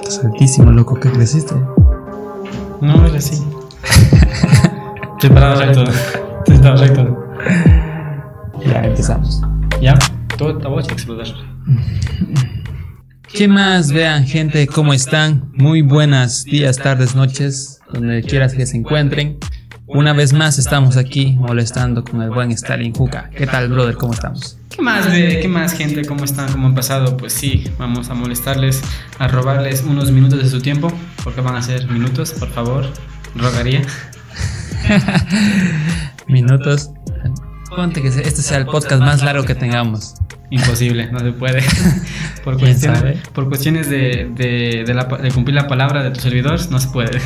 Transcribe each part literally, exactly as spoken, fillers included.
Estás altísimo, loco, ¿qué creciste? No, era así. Te estaba recto. Te estaba recto. Ya empezamos. ¿Ya? Todo te voy a explotar. ¿Qué más? Vean, gente, ¿cómo están? Muy buenos días, tardes, noches, donde quieras que se encuentren. Una vez más estamos aquí molestando con el buen Stalin Juca. ¿Qué tal, brother? ¿Cómo estamos? ¿Qué más, de, ¿Qué más, gente? ¿Cómo están? ¿Cómo han pasado? Pues sí, vamos a molestarles, a robarles unos minutos de su tiempo, porque van a ser minutos, por favor, rogaría. Minutos. Ponte que este sea el podcast más largo que tengamos. Imposible, no se puede. Por cuestiones, por cuestiones de, de, de, la, de cumplir la palabra de tus servidores, no se puede.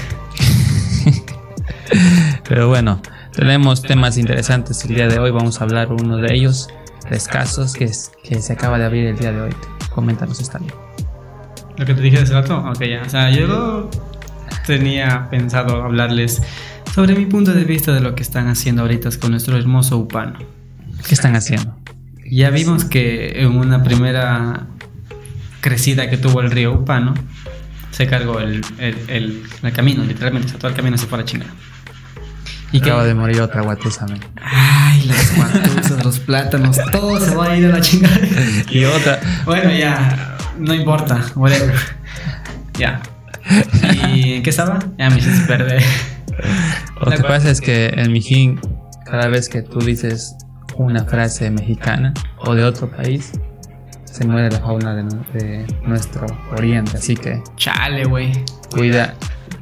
Pero bueno, tenemos temas interesantes el día de hoy. Vamos a hablar uno de ellos, tres casos que, es, que se acaba de abrir el día de hoy. Coméntanos, Stalin. Lo que te dije hace rato, ok, ya. O sea, yo tenía pensado hablarles sobre mi punto de vista de lo que están haciendo ahorita con nuestro hermoso Upano. ¿Qué están haciendo? Ya vimos que en una primera crecida que tuvo el río Upano, se cargó el, el, el, el camino, literalmente, o sea, todo el camino se fue a la chingada. Y acaba de morir otra guatusa, man. Ay, las guatusas, los plátanos, todo se va a ir a la chingada. Y otra. Bueno, ya, no importa, whatever. Ya. ¿Y en qué estaba? Ya me hiciste perder. Lo que pasa es que el mijín, cada vez que tú dices una frase mexicana o de otro país, se muere la fauna de, de nuestro oriente, así que chale, güey. Cuida.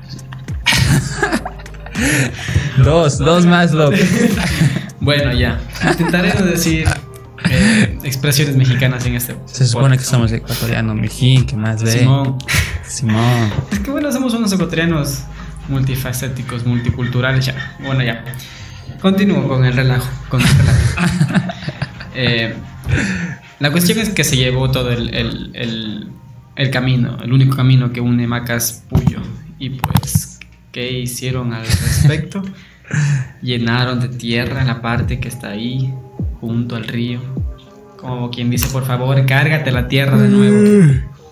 dos, dos más, loco. Bueno, ya. Intentaré no decir eh, expresiones mexicanas en este. Se supone podcast. Que somos ecuatorianos, mijín, ¿qué más ve? Simón. Simón. Es que bueno, somos unos ecuatorianos multifacéticos, multiculturales, ya. Bueno, ya. Continúo con el relajo, con el relajo. eh, la cuestión es que se llevó todo el, el, el, el camino, el único camino que une Macas Puyo. Y pues, ¿qué hicieron al respecto? Llenaron de tierra la parte que está ahí, junto al río. Como quien dice, por favor, cárgate la tierra de nuevo.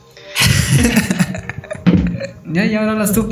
Ya, ya ahora hablas tú.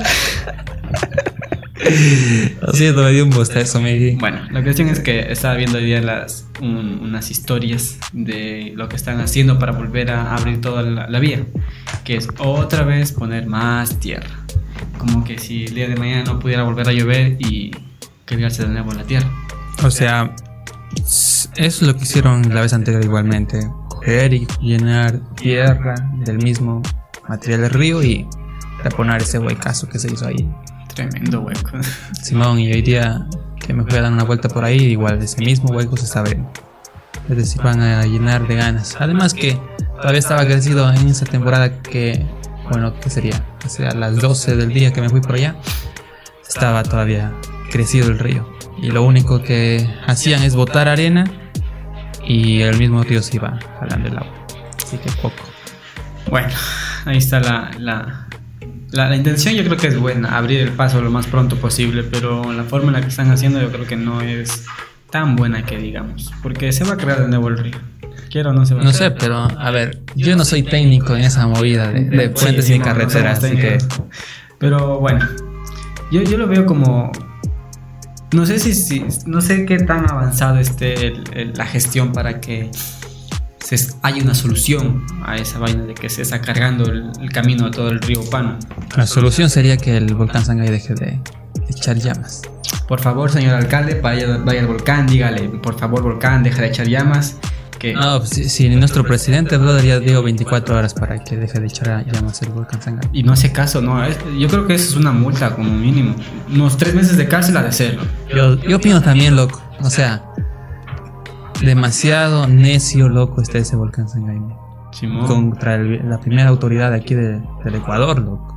Lo siento, me dio un bostezo, me dije. Bueno, la cuestión es que estaba viendo hoy día las, un, unas historias de lo que están haciendo para volver a abrir toda la, la vía, que es otra vez poner más tierra. Como que si el día de mañana no pudiera volver a llover y cargarse de nuevo la tierra. O sea, eso es lo que hicieron la vez anterior igualmente. Coger y llenar tierra del mismo material del río y reponer ese huecazo que se hizo ahí. Tremendo hueco. Simón, y hoy día que me fui a dar una vuelta por ahí, igual ese mismo hueco se está abriendo. Es decir, van a llenar de ganas. Además que todavía estaba crecido en esa temporada que, bueno, ¿qué sería? O sea, a las doce del día que me fui por allá, estaba todavía crecido el río. Y lo único que hacían es botar arena y el mismo río se iba jalando el agua. Así que poco. Bueno, ahí está la... la... La, la intención yo creo que es buena, abrir el paso lo más pronto posible, pero la forma en la que están haciendo yo creo que no es tan buena que digamos, porque se va a crear de nuevo el río. Quiero o no se va a No crear. sé, pero a ver, yo no soy técnico en esa movida de, de puentes sí, sí, y no, carreteras, no así que... Pero bueno, yo, yo lo veo como... No sé si, si no sé qué tan avanzado esté el, el, la gestión para que se, hay una solución a esa vaina de que se está cargando el, el camino de todo el río Upano. La solución sería que el volcán Sangay deje de echar llamas. Por favor, señor alcalde, vaya, vaya al volcán, dígale, por favor, volcán, deja de echar llamas. Que... No, pues, si, si nuestro presidente, brother, ya dio veinticuatro horas para que deje de echar llamas el volcán Sangay. Y no hace caso, no, es, yo creo que eso es una multa como mínimo. Unos tres meses de cárcel ha de ser. Yo, yo opino también, loco, o sea... Demasiado necio, loco, está ese volcán Sangay Simón. Contra el, la primera autoridad de aquí de, del Ecuador, loco.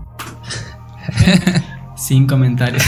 Sin comentarios.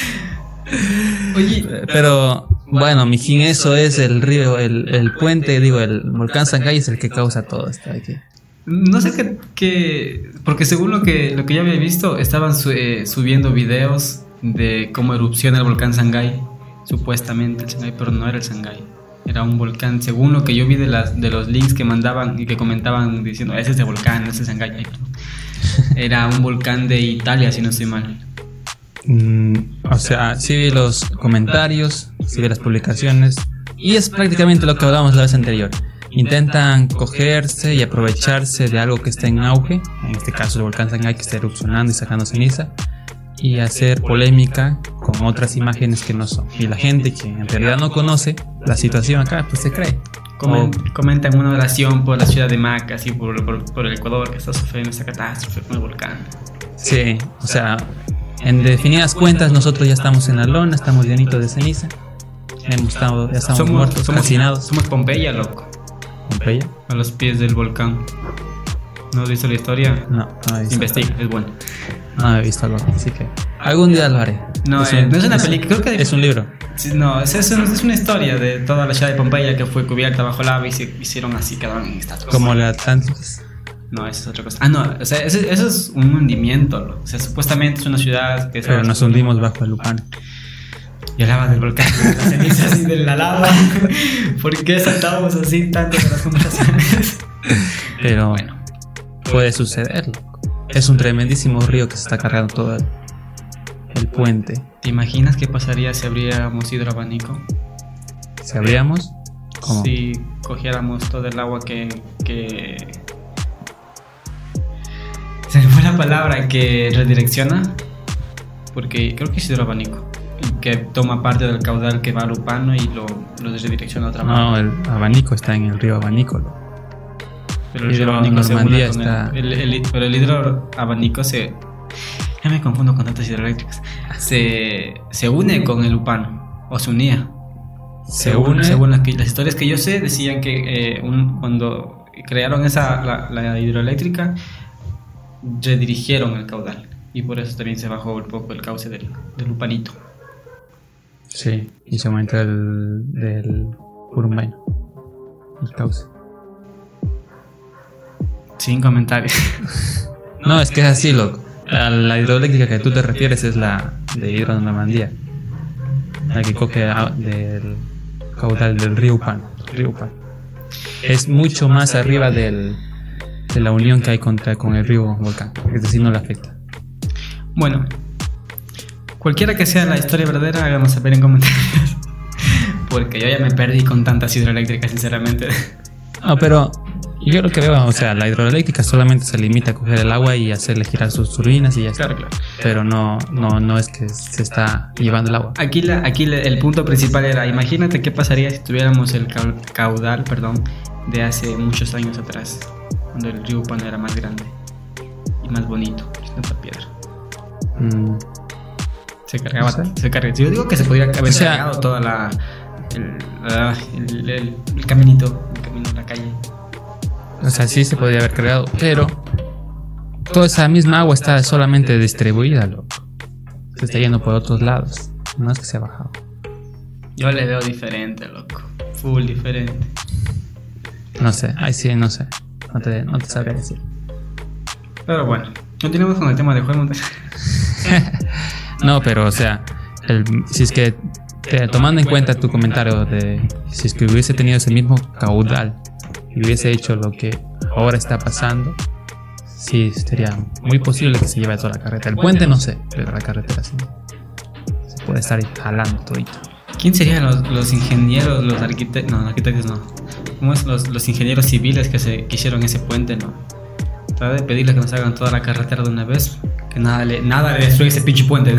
Oye, pero bueno, mijín, eso es el río, el, el puente, digo, el volcán Sangay es el que causa todo esto aquí. No sé qué, qué porque según lo que lo que yo había visto, estaban su, eh, subiendo videos de cómo erupciona el volcán Sangay, supuestamente el Sangay, pero no era el Sangay. Era un volcán, según lo que yo vi de las de los links que mandaban y que comentaban diciendo, ese es el volcán, ese es Sangay. era un volcán de Italia, si no estoy mal. Mm, o sea, sí vi los comentarios, sí vi las publicaciones, y es prácticamente lo que hablábamos la vez anterior. Intentan cogerse y aprovecharse de algo que está en auge, en este caso el volcán Sangay, que está erupcionando y sacando ceniza, y hacer polémica con otras imágenes que no son. Y la gente que en realidad no conoce la situación acá, pues se cree. Comen, comentan una oración por la ciudad de Macas y por, por, por el Ecuador, que está sufriendo esta catástrofe con el volcán. Sí, o sea, en definidas cuentas nosotros ya estamos en la lona, estamos llenitos de ceniza, hemos estado, ya estamos somos, muertos, somos, calcinados. Somos Pompeya, loco. ¿Pompeya? A los pies del volcán. ¿No has visto la historia? No, no he visto. Investiga, es bueno. No he visto algo, así que algún día lo haré. No, es, eh, un, no es una es, película, creo que es un libro. No, es, es, es una historia de toda la ciudad de Pompeya que fue cubierta bajo lava y se hicieron así, quedaron en estatuas. Como la Atlantis. No, eso es otra cosa. Ah, no, o sea, eso, eso es un hundimiento, ¿no? O sea, supuestamente es una ciudad que... Pero nos hundimos bajo el Lupán. Y hablaba del volcán, de las cenizas y de la lava. ¿Por qué saltamos así tanto de las conversaciones? Pero bueno, puede suceder. Es un tremendísimo río que se está cargando todo el, el puente. ¿Te imaginas qué pasaría si abriéramos hidroabanico? ¿Si abríamos? ¿Cómo? Si cogiéramos todo el agua que... que... Se me fue la palabra, que redirecciona. Porque creo que es hidroabanico. Que toma parte del caudal que va al Lupano y lo, lo redirecciona a otra parte. No, el abanico está en el río Abanico. Pero el hidroabanico se une con está... el, el, el, pero el hidroabanico se... Ya me confundo con tantas hidroeléctricas. Se, se une con el Lupano. O se unía. Se une. Según las, que, las historias que yo sé, decían que eh, un, cuando crearon esa la, la hidroeléctrica, redirigieron el caudal. Y por eso también se bajó un poco el cauce del, del Lupanito. Sí, y se aumentó el del Urumbaino, el cauce. Sin comentarios. No, es que es así, loco. A la hidroeléctrica que tú te refieres es la de Hidronormandía, la que coge del caudal del río Upano, río Upano. Es mucho más arriba del, de la unión que hay contra, con el río Volcán, es decir, no le afecta. Bueno, cualquiera que sea la historia verdadera, háganos saber en comentarios. Porque yo ya me perdí con tantas hidroeléctricas, sinceramente. No, pero yo lo que veo, o sea, la hidroeléctrica solamente se limita a coger el agua y hacerle girar sus turbinas y ya está. Claro, claro. Pero no, no, no es que se está llevando el agua. Aquí, la, aquí el punto principal era, imagínate qué pasaría si tuviéramos el caudal, perdón, de hace muchos años atrás, cuando el río Upano era más grande y más bonito, sin tanta piedra. Mm. Se cargaba, No sé. se cargaba. Yo digo que se podría haber O sea, cargado toda la el, la, el, el, el caminito, el camino a la calle. O sea, sí se podría haber cargado, pero toda esa misma agua está solamente distribuida, loco. Se está yendo por otros lados. No es que se ha bajado. Yo le veo diferente, loco. Full diferente. No sé, ahí sí, no sé. No te, no te sabría decir. Pero bueno, continuemos con el tema de juego. No, pero o sea, el, si es que te, tomando en cuenta tu comentario de si es que hubiese tenido ese mismo caudal y hubiese hecho lo que ahora está pasando, sí sería muy posible que se lleve toda la carretera. El puente no sé, pero la carretera sí se puede estar jalando todito. ¿Quién serían los, los ingenieros, los arquitectos? No, arquitectos no. ¿Cómo es? Los, los ingenieros civiles que, se, que hicieron ese puente, ¿no? Trata de pedirles que nos hagan toda la carretera de una vez. Que nada le, nada le destruye ese pinche puente.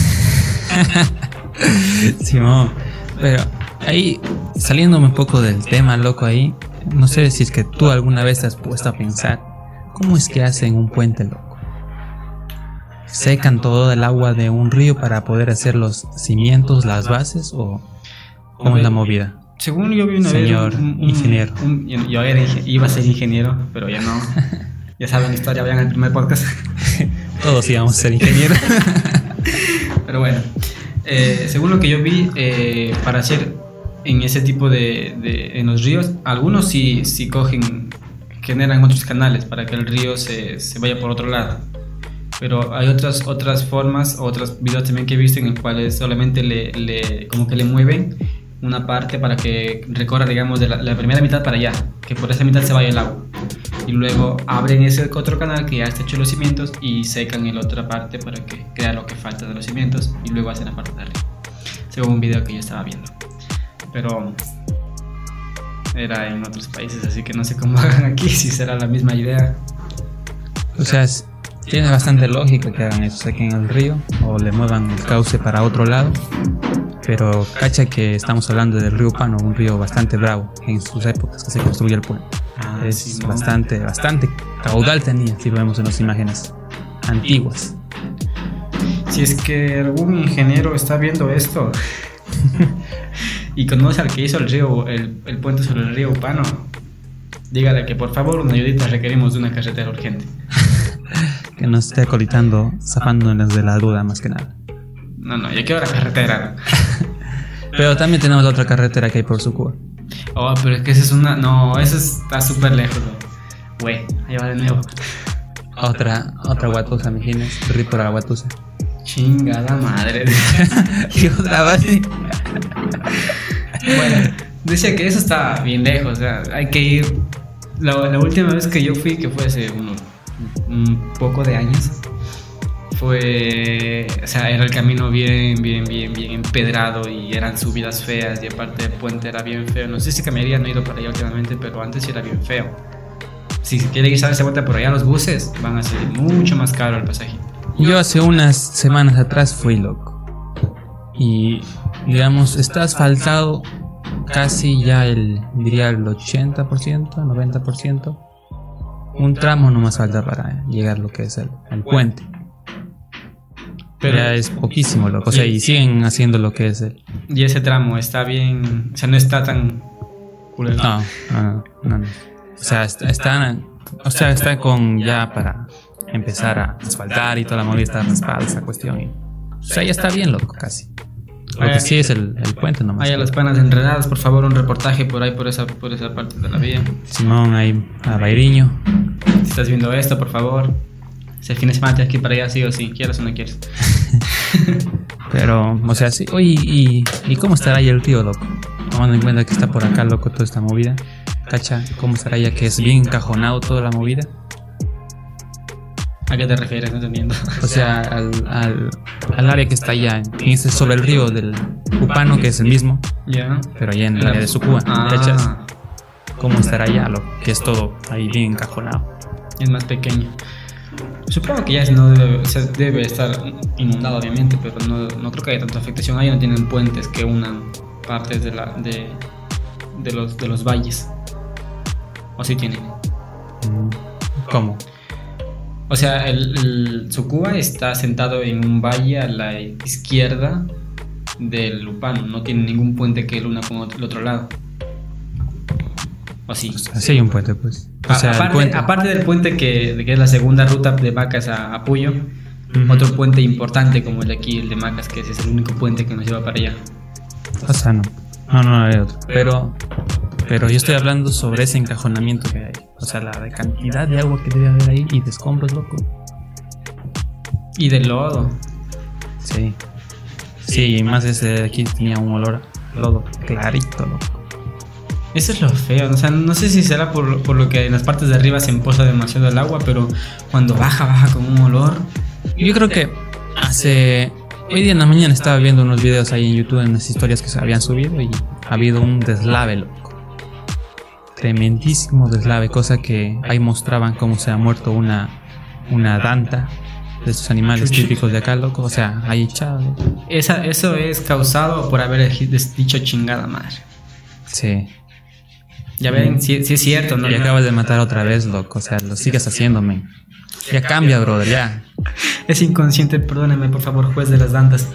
Simón, pero ahí, saliéndome un poco del tema, loco, ahí, no sé si es que tú alguna vez te has puesto a pensar, ¿cómo es que hacen un puente, loco? ¿Secan todo el agua de un río para poder hacer los cimientos, las bases, o cómo es la movida? Según yo vi una Señor vez un, un, ingeniero. Un, yo, yo era, iba a ser ingeniero, pero ya no. Ya saben la historia, vean el primer podcast. Todos íbamos a ser ingenieros. Pero bueno, eh, según lo que yo vi, eh, para hacer en ese tipo de, de en los ríos, algunos sí, sí cogen, generan otros canales para que el río se, se vaya por otro lado. Pero hay otras otras formas, otros videos también que he visto en los cuales solamente le, le como que le mueven una parte para que recorra, digamos, de la, la primera mitad para allá, que por esa mitad se vaya el agua. Y luego abren ese otro canal que ya está hecho los cimientos y secan en la otra parte para que quede lo que falta de los cimientos y luego hacen la parte de arriba. Según un video que yo estaba viendo. Pero era en otros países, así que no sé cómo hagan aquí, si será la misma idea. O sea, es, tiene bastante lógica que hagan eso, saquen el río o le muevan el cauce para otro lado. Pero cacha que estamos hablando del río Upano, un río bastante bravo en sus épocas que se construyó el puente. Ah, es sí, bastante, bastante caudal tenía, si lo vemos en las imágenes antiguas. Si es que algún ingeniero está viendo esto y conoce al que hizo el río, el, el puente sobre el río Upano, dígale que por favor una ayudita, requerimos de una carretera urgente. Que nos esté acolitando, zafándonos de la duda más que nada. No, no, ya quiero la carretera. Pero también tenemos la otra carretera que hay por Sucúa. Oh, pero es que esa es una... No, esa está súper lejos, güey. Ahí va de nuevo. Otra, otra Huatusa, mijines. Corrí por la Huatusa. Chingada madre. Y otra base. Bueno, decía que eso está bien lejos. O sea, hay que ir... La, la última vez que yo fui, que fue hace unos, un poco de años... Fue, o sea, era el camino bien, bien, bien, bien empedrado y eran subidas feas y aparte el puente era bien feo. No sé si cambiaría, no he ido para allá últimamente, pero antes sí era bien feo. Si quieren ir a darse vuelta por allá, los buses van a ser mucho más caro el pasaje. Yo hace unas semanas atrás fui, loco. Y, digamos, está asfaltado casi ya el, diría el ochenta por ciento, noventa por ciento. Un tramo nomás falta para llegar a lo que es el, el puente. Pero ya es poquísimo, loco. O sea, y siguen haciendo lo que es el... Y ese tramo está bien... O sea, no está tan... culero. No, no, no, no. O sea, está, está... O sea, está con ya para empezar a asfaltar y toda la movida está raspada esa cuestión. Y, o sea, ya está bien, loco, casi. Lo que sí es el, el puente nomás. Ahí a las panas enredadas, por favor, un reportaje por ahí, por esa, por esa parte de la vía. Simón, ahí a Bairiño. Si estás viendo esto, por favor... Si el fin de semana tienes que ir para allá, sí o sí, quieras o no quieres. Pero, o sea, sí. Oye, ¿y, y cómo estará ahí el río, loco? Tomando en cuenta que está por acá, loco, toda esta movida. ¿Cacha? ¿Cómo estará ya que es bien encajonado toda la movida? ¿A qué te refieres? No entendiendo. O sea, al, al, al área que está allá, en ese, sobre el río del Upano, que es el mismo. Ya. Yeah. Pero allá en el área de Sucúa, ah. ¿cachas? ¿Cómo estará allá, loco? Que es todo ahí bien encajonado. Es más pequeño. Supongo que ya no debe, o sea, debe estar inundado, obviamente, pero no, no creo que haya tanta afectación. Ahí no tienen puentes que unan partes de, la, de, de, los, de los valles. ¿O sí tienen? ¿Cómo? O sea, el, el Sucúa está sentado en un valle a la izquierda del Upano. No tiene ningún puente que lo una con el otro lado. ¿O sí? O sea, sí hay un puente, pues. O sea, aparte, puente. aparte del puente que, que es la segunda ruta de Macas a, a Puyo, uh-huh. Otro puente importante como el de aquí, el de Macas, que ese es el único puente que nos lleva para allá. O sea, no. No, no hay otro. Pero, pero yo estoy hablando sobre ese encajonamiento que hay. O sea, la cantidad de agua que debe haber ahí y de escombros, loco. Y de lodo. Sí. Sí, y más ese de aquí tenía un olor a lodo clarito, loco. Eso es lo feo, o sea, no sé si será por, por lo que en las partes de arriba se empoza demasiado el agua, pero cuando baja, baja con un olor. Yo creo que hace... Hoy día en la mañana estaba viendo unos videos ahí en YouTube, en unas historias que se habían subido y ha habido un deslave, loco. Tremendísimo deslave, cosa que ahí mostraban cómo se ha muerto una, una danta de estos animales típicos de acá, loco. O sea, ahí echado, loco. Esa, eso es causado por haber dicho chingada madre. Sí. Ya ven, sí, sí es cierto, ¿no? Y acabas de matar otra vez, loco. O sea, lo sigues haciendo, men. Ya cambia, brother, ya. Es inconsciente, perdóname, por favor, juez de las dantas.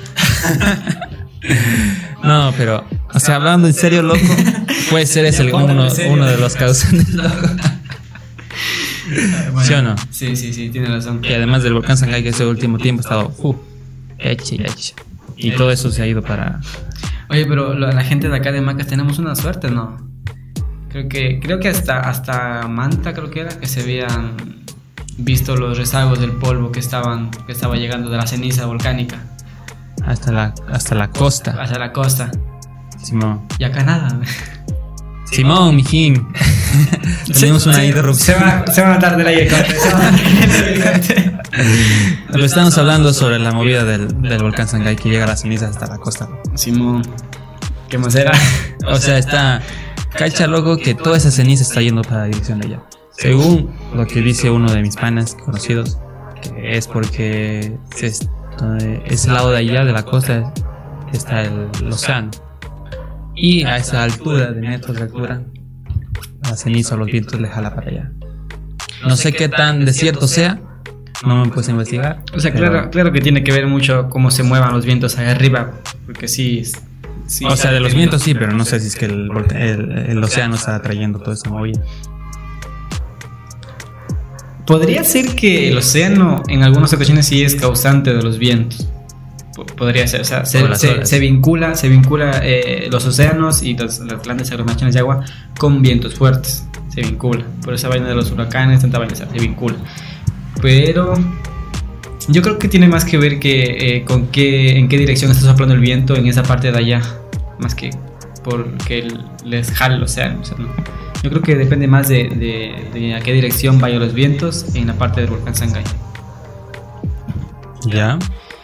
No, pero, o sea, hablando en serio, loco, puede ser ese el, uno, uno de los causantes, loco. Bueno, ¿sí o no? Sí, sí, sí, tiene razón. Y además del volcán Sangay, que ese último tiempo ha estado, uh, eche y eche. Y todo eso se ha ido para... Oye, pero la gente de acá de Macas tenemos una suerte, ¿no? Creo que, creo que hasta, hasta Manta, creo que era, que se habían visto los rezagos del polvo que estaban, que estaba llegando de la ceniza volcánica. Hasta la, hasta la costa. Hasta la costa. Simón. Y acá nada. Simón, mijín. Tenemos una interrupción. Se va, se va a matar del aire. Pero estamos hablando sobre la movida del, del volcán Sangay que llega a las cenizas hasta la costa. Simón, ¿qué más era? O sea, está... Cacha, loco, que toda esa ceniza está yendo para la dirección de allá. Según lo que dice uno de mis panas conocidos, que es porque es, ese lado de allá de la costa está el, el océano. Y a esa altura, de metros de altura, la ceniza o los vientos le jala para allá. No sé qué tan desierto sea, no me puedes investigar. O sea, claro, claro que tiene que ver mucho cómo se muevan los vientos allá arriba, porque sí... sí o sea, de los vientos sí, pero no sé si es que el, el, el océano está atrayendo toda esa movida. Podría ser que el océano en algunas ocasiones sí es causante de los vientos. Podría ser, o sea, se, se, se vincula, se vincula eh, los océanos y los, las grandes aglomeraciones de agua con vientos fuertes. Se vincula. Por esa vaina de los huracanes, tanta vaina, se vincula. Pero yo creo que tiene más que ver que eh, con qué, en qué dirección está soplando el viento en esa parte de allá, más que porque les jale el océano. O sea, no. Yo creo que depende más de, de, de a qué dirección vayan los vientos en la parte del volcán Sangay. Ya.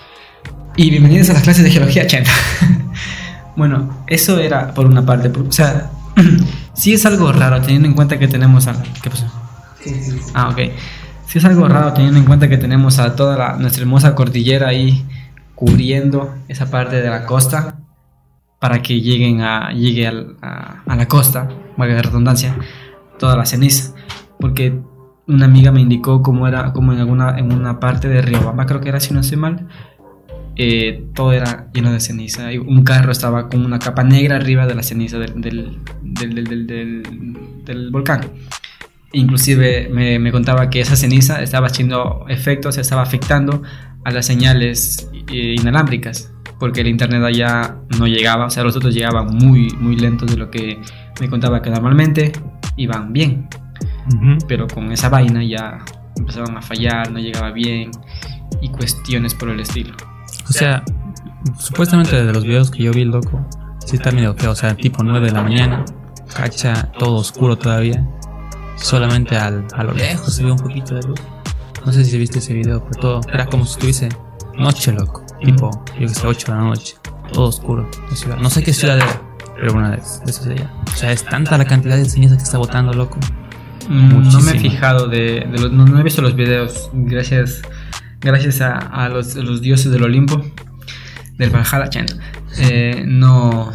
Y bienvenidos a las clases de geología ochenta. Bueno, eso era por una parte. O sea, sí es algo raro teniendo en cuenta que tenemos a... ¿Qué pasó? Sí, sí, sí. Ah, ok. Sí es algo raro teniendo en cuenta que tenemos a toda la, nuestra hermosa cordillera ahí cubriendo esa parte de la costa para que lleguen a, llegue al, a, a la costa, valga la redundancia, toda la ceniza. Porque una amiga me indicó cómo era, como en alguna en una parte de Riobamba, creo que era, si no estoy mal, Eh, todo era lleno de ceniza y un carro estaba con una capa negra arriba de la ceniza del, del, del, del, del, del, del volcán. Inclusive me, me contaba que esa ceniza estaba haciendo efectos, estaba afectando a las señales eh, inalámbricas, porque el internet allá no llegaba, o sea, los otros llegaban muy, muy lentos de lo que me contaba, que normalmente iban bien, uh-huh. Pero con esa vaina ya empezaban a fallar, no llegaba bien y cuestiones por el estilo. O sea, supuestamente de los videos que yo vi, loco, sí está medio feo. O sea, tipo nueve de la mañana, cacha, todo oscuro todavía. Solamente al, a lo lejos se ve un poquito de luz. No sé si viste ese video, pero todo era como si estuviese noche, loco. Tipo, yo que sé, ocho de la noche, todo oscuro. La ciudad. No sé qué ciudad era, pero una de esas de allá. O sea, es tanta la cantidad de ceniza que está botando, loco. Mm, no me he fijado de, de los, no, no he visto los videos, gracias. Gracias a, a, los, a los dioses del Olimpo, del Valhalla Channel, eh, no,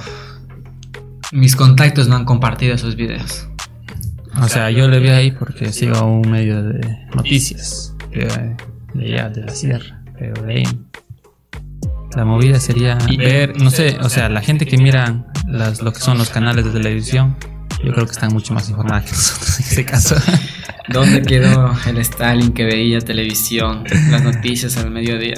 mis contactos no han compartido esos videos. O sea, yo le vi ahí porque sigo a un medio de noticias de, de allá, de la sierra, pero de ahí la movida sería ver, no sé, o sea, la gente que mira las, lo que son los canales de televisión, yo creo que están mucho más informados que nosotros en este caso. ¿Dónde quedó el Stalin que veía televisión, las noticias al mediodía?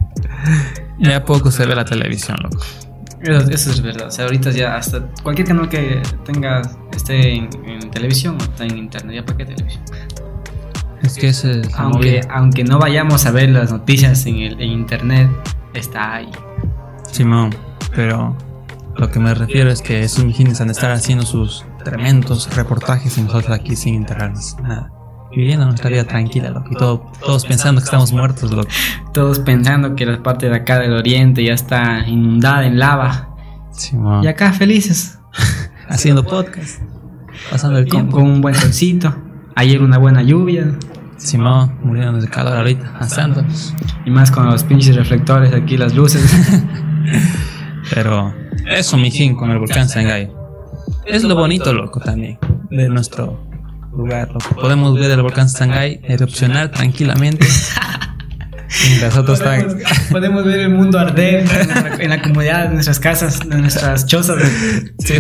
Ya poco se ve la televisión, loco. Eso, eso es verdad. O sea, ahorita ya hasta cualquier canal que tenga esté en, en televisión o está en internet, ¿ya para qué televisión? Es que ese es aunque, aunque no vayamos a ver las noticias en, el, en internet, está ahí. Simón, pero lo que me refiero es que esos mijines han de estar haciendo sus tremendos reportajes y nosotros aquí sin enterarnos nada, viviendo nuestra vida tranquila, loco, y todo, todos pensando que estamos muertos, loco. Todos pensando que la parte de acá del oriente ya está inundada en lava. Simón. Y acá felices haciendo podcast, pasando el tiempo con un buen solcito. Ayer una buena lluvia. Simón, muriendo de calor ahorita, asando. Y más con los pinches reflectores aquí, las luces. Pero eso, mijín, con el volcán Sangay. Es lo bonito, loco, también de nuestro lugar, loco. Podemos ver el volcán Sangay erupcionar tranquilamente. Nosotros podemos, podemos ver el mundo arder en la, en la comodidad de nuestras casas, de nuestras chozas. Sí,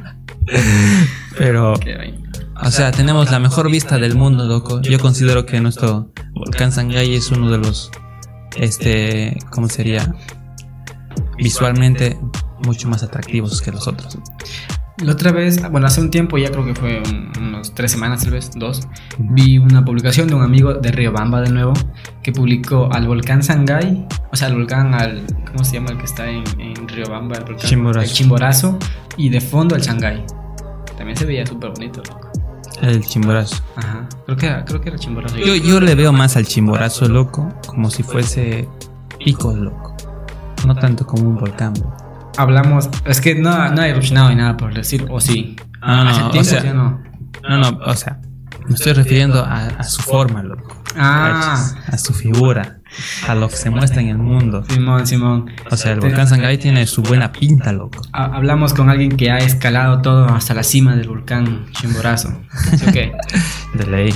pero, o sea, tenemos la mejor vista del mundo, loco. Yo considero que nuestro volcán Sangay es uno de los, este, ¿cómo sería? Visualmente mucho más atractivos que los otros. La otra vez, bueno, hace un tiempo, ya creo que fue un, unos tres semanas, tal vez, dos, vi una publicación de un amigo de Riobamba de nuevo, que publicó al volcán Sangay, o sea, al volcán, al, ¿cómo se llama el que está en, en Riobamba? El volcán Chimborazo. El Chimborazo, y de fondo el Sangay. También se veía súper bonito, loco. El Chimborazo. Ajá, creo que era, creo que era Chimborazo. Yo, yo le veo más al Chimborazo, loco, como si fuese picos, loco. No tanto como un volcán, bro. Hablamos, es que no, no ha erupcionado ni nada por decir, o sí. No, no, Hace o tiempo sea, ya no. No, no, o sea, me estoy refiriendo a, a su forma, loco. Ah. ¿Cachas? A su figura, a lo que se muestra en el mundo. Simón, Simón. O sea, el Te- volcán Sangay tiene su buena pinta, loco. Ha- Hablamos con alguien que ha escalado todo hasta la cima del volcán Chimborazo. ¿Sí o qué? De ley.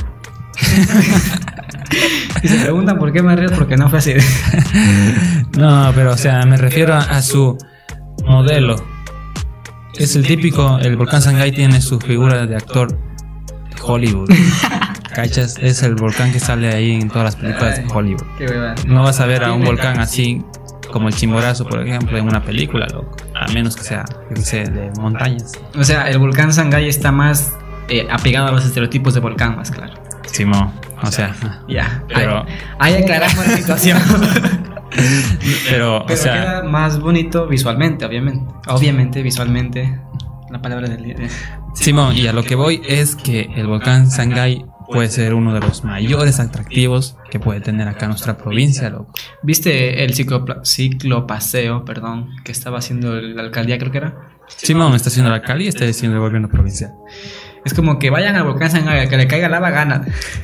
Y se preguntan por qué me río, porque no fue así. No, pero o sea, me refiero a, a su modelo. Es el típico, el volcán Sangay tiene su figura de actor de Hollywood. ¿Cachas? Es el volcán que sale ahí en todas las películas de Hollywood. Qué hueva. No vas a ver a un volcán así como el Chimborazo, por ejemplo, en una película, loco. A menos que sea, yo qué sé, de montañas. O sea, el volcán Sangay está más eh, apegado a los estereotipos de volcán, más claro. Simón, o sea, Ya, pero, ahí, ahí aclaramos la situación. pero, o Pero sea, queda más bonito visualmente, obviamente. Obviamente, visualmente. La palabra del día. Simón, y a lo que voy es que el volcán Sangay puede ser uno de los mayores atractivos que puede tener acá nuestra provincia, loco. ¿Viste el ciclopla- ciclopaseo, perdón, que estaba haciendo la alcaldía, creo que era? Simón está haciendo la alcaldía y está haciendo el gobierno provincial. Es como que vayan al volcán Sangay, al que le caiga lava, gana.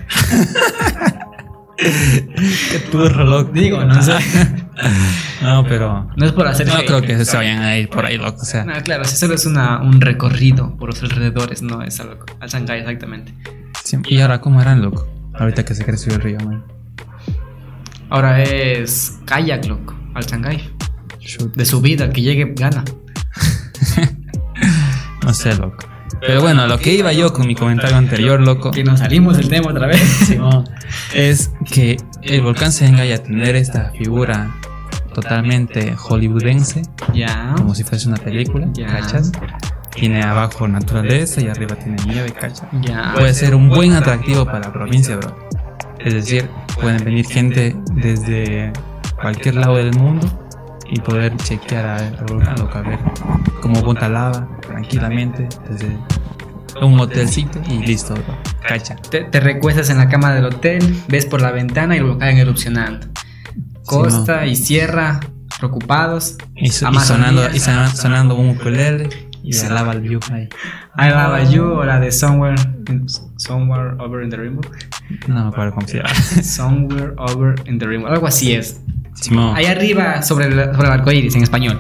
Qué turro, loco. Digo, no sé. No, pero No es por hacer no hate. creo que se vayan a ir por ahí, loco. O sea, No, claro, si solo es una, un recorrido por los alrededores, no es algo, al Sangay exactamente. sí. Y ahora, ¿cómo harán, loco? Ahorita que se creció el río, man. Ahora es kayak, loco, al Sangay. Shoot. De subida, el que llegue, gana. No sé, loco. Pero bueno, a lo que iba yo con mi comentario anterior, loco, Que nos salimos del tema otra vez. Simón, es que el volcán Sangay, a tener esta figura totalmente hollywoodense, Ya. como si fuese una película, Ya. ¿cachas? Tiene abajo naturaleza y arriba tiene nieve, ¿cachas? Ya. Puede ser un buen atractivo para la provincia, bro. Es decir, pueden venir gente desde cualquier lado del mundo y poder chequear al volcán, loco, a ver cómo bota lava tranquilamente desde un hotelcito y listo, bro. ¿Cacha? Te, te recuestas en la cama del hotel, ves por la ventana y el volcán erupcionando. Costa Sí, y sierra, preocupados. Y, so- y Amazonía. sonando, y son- sonando un ukulele y se lava el view ahí. I Love You o la de Somewhere, in- Somewhere Over in the Rainbow. No me acuerdo cómo se llama. Somewhere Over in the Rainbow. Algo así es. Simón. Ahí arriba sobre el, sobre el arco iris en español.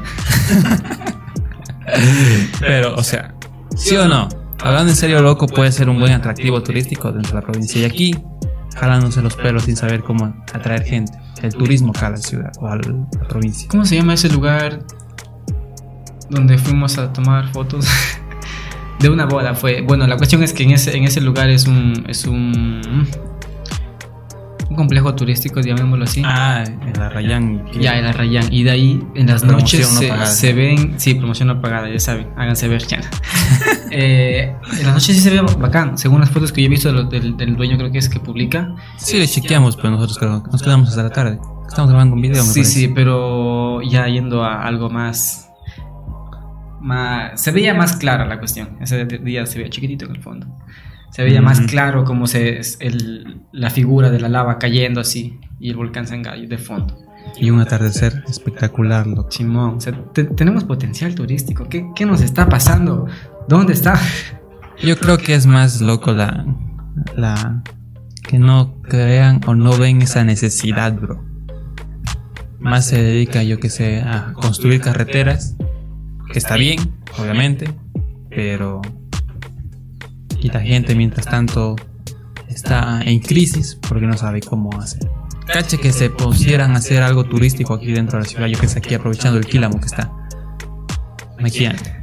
Pero, o sea, ¿sí o no? Hablando en serio, loco, puede ser un buen atractivo turístico dentro de la provincia. Y aquí, jalándose los pelos sin saber cómo atraer gente. El turismo acá a la ciudad o a la provincia. ¿Cómo se llama ese lugar donde fuimos a tomar fotos? De una boda fue. Bueno, la cuestión es que en ese, en ese lugar es un. Es un. Un complejo turístico, llamémoslo así. Ah, en la Rayán. Ya, en la Rayán. Y de ahí, en las Promoción noches no se, pagada. se ven. Sí, promoción no pagada, ya saben. Háganse ver, ya. eh, en las noches sí se ve bacán. Según las fotos que yo he visto del, del, del dueño, creo que es que publica. Sí, le chequeamos, pero nosotros creo que nos quedamos hasta la tarde. Estamos grabando un video, me Sí, parece. sí, pero ya yendo a algo más. Más, se veía más clara la cuestión. Ese día se veía chiquitito en el fondo. Se veía Mm. más claro cómo se es el, la figura de la lava cayendo así y el volcán Sangay de fondo. Y un atardecer espectacular, loco. Simón, o sea, te- tenemos potencial turístico. ¿Qué, ¿Qué nos está pasando? ¿Dónde está? Yo creo que es más loco la, la que no crean o no ven esa necesidad, bro. Más se dedica, yo que sé, a construir carreteras, que está bien, obviamente, pero y la gente mientras tanto está en crisis porque no sabe cómo hacer. Cache que se pusieran a hacer algo turístico aquí dentro de la ciudad, yo que sé, aquí aprovechando el quílamo que está. Imagínate.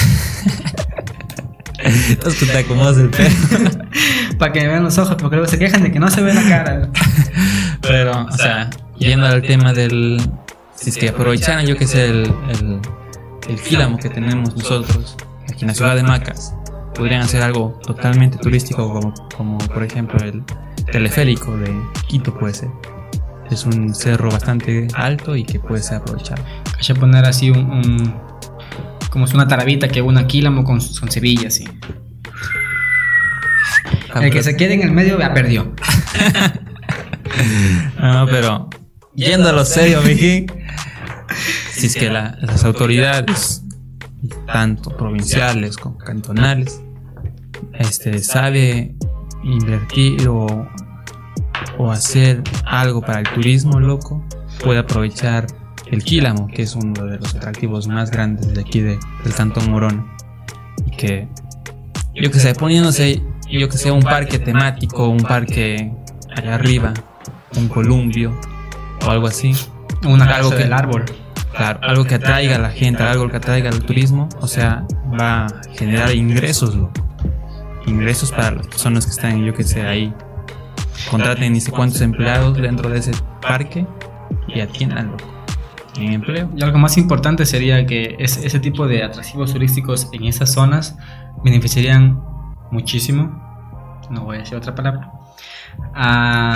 Es que te acomodas el pelo. Para que me vean los ojos, porque luego se quejan de que no se ve la cara. Pero, o sea, yendo al tema del. Si es que aprovecharan, yo que sé, el, el, el quílamo que tenemos nosotros, aquí en la ciudad de Macas, podrían hacer algo totalmente turístico, como, como por ejemplo el teleférico de Quito puede ser. Es un cerro bastante alto y que puede ser aprovechado. Hay que poner así un, un como es una tarabita que una Quílamo con, con Sevilla, así. Ah, el que se quede en el medio ya perdió. No, pero yendo a lo serio, mijín, si es que la, las autoridades, tanto provinciales como cantonales, este, sabe invertir o, o hacer algo para el turismo, loco, puede aprovechar el Quílamo, que es uno de los atractivos más grandes de aquí de, del Cantón Morón, y que yo que sé, poniéndose, yo que sé, un parque temático, un parque allá arriba, un columpio o algo así, una algo que del árbol. Claro, algo que atraiga a la gente, algo que atraiga al turismo, o sea, va a generar ingresos, loco. Ingresos para las personas que están, yo que sé, ahí. Contraten ni sé cuántos empleados dentro de ese parque y atiendan, loco. En empleo. Y algo más importante sería que ese, ese tipo de atractivos turísticos en esas zonas beneficiarían muchísimo. No voy a decir otra palabra. A,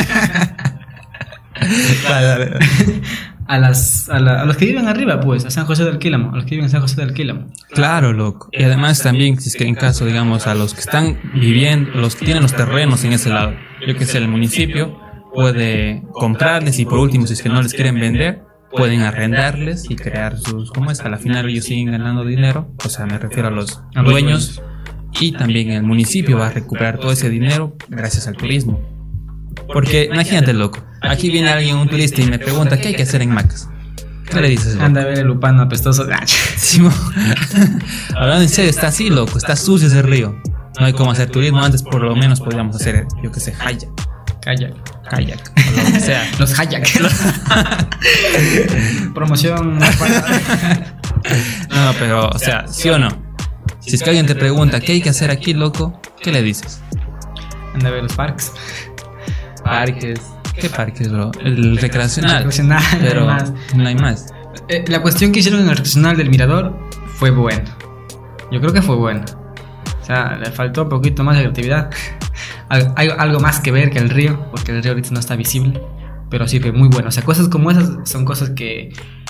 a, las, a, la, a los que viven arriba, pues, a San José del Quílamo, a los que viven en San José del Quílamo. Claro, loco. Y además también, si es que en caso, digamos, a los que están viviendo, los que tienen los terrenos en ese lado, yo que sé, el municipio puede comprarles y por último, si es que no les quieren vender, pueden arrendarles y crear sus, ¿cómo es? A la final ellos siguen ganando dinero, o sea, me refiero a los dueños, y también el municipio va a recuperar todo ese dinero gracias al turismo. Porque imagínate, loco, aquí viene alguien, un turista, y me pregunta ¿qué hay que hacer en Macas? ¿Qué le dices, loco? Anda a ver el Lupano apestoso. Hablando en serio, está así, loco, está sucio ese río. No hay cómo hacer turismo. Antes por lo menos podríamos hacer, yo que sé, kayak. Kayak. Kayak, o lo que sea. Los kayak. Promoción. No, pero, o sea, ¿sí o no? Si es que alguien te pregunta ¿qué hay que hacer aquí, loco? ¿Qué le dices? Anda a ver los parques. Parques. ¿Qué parques, bro? El recreacional. El recreacional, pero no hay más. No hay más. Eh, la cuestión que hicieron en el recreacional del Mirador fue buena. Yo creo que fue buena. O sea, le faltó un poquito más de creatividad. Hay algo más que ver que el río, porque el río ahorita no está visible, pero sí fue muy bueno. O sea, cosas como esas son cosas que,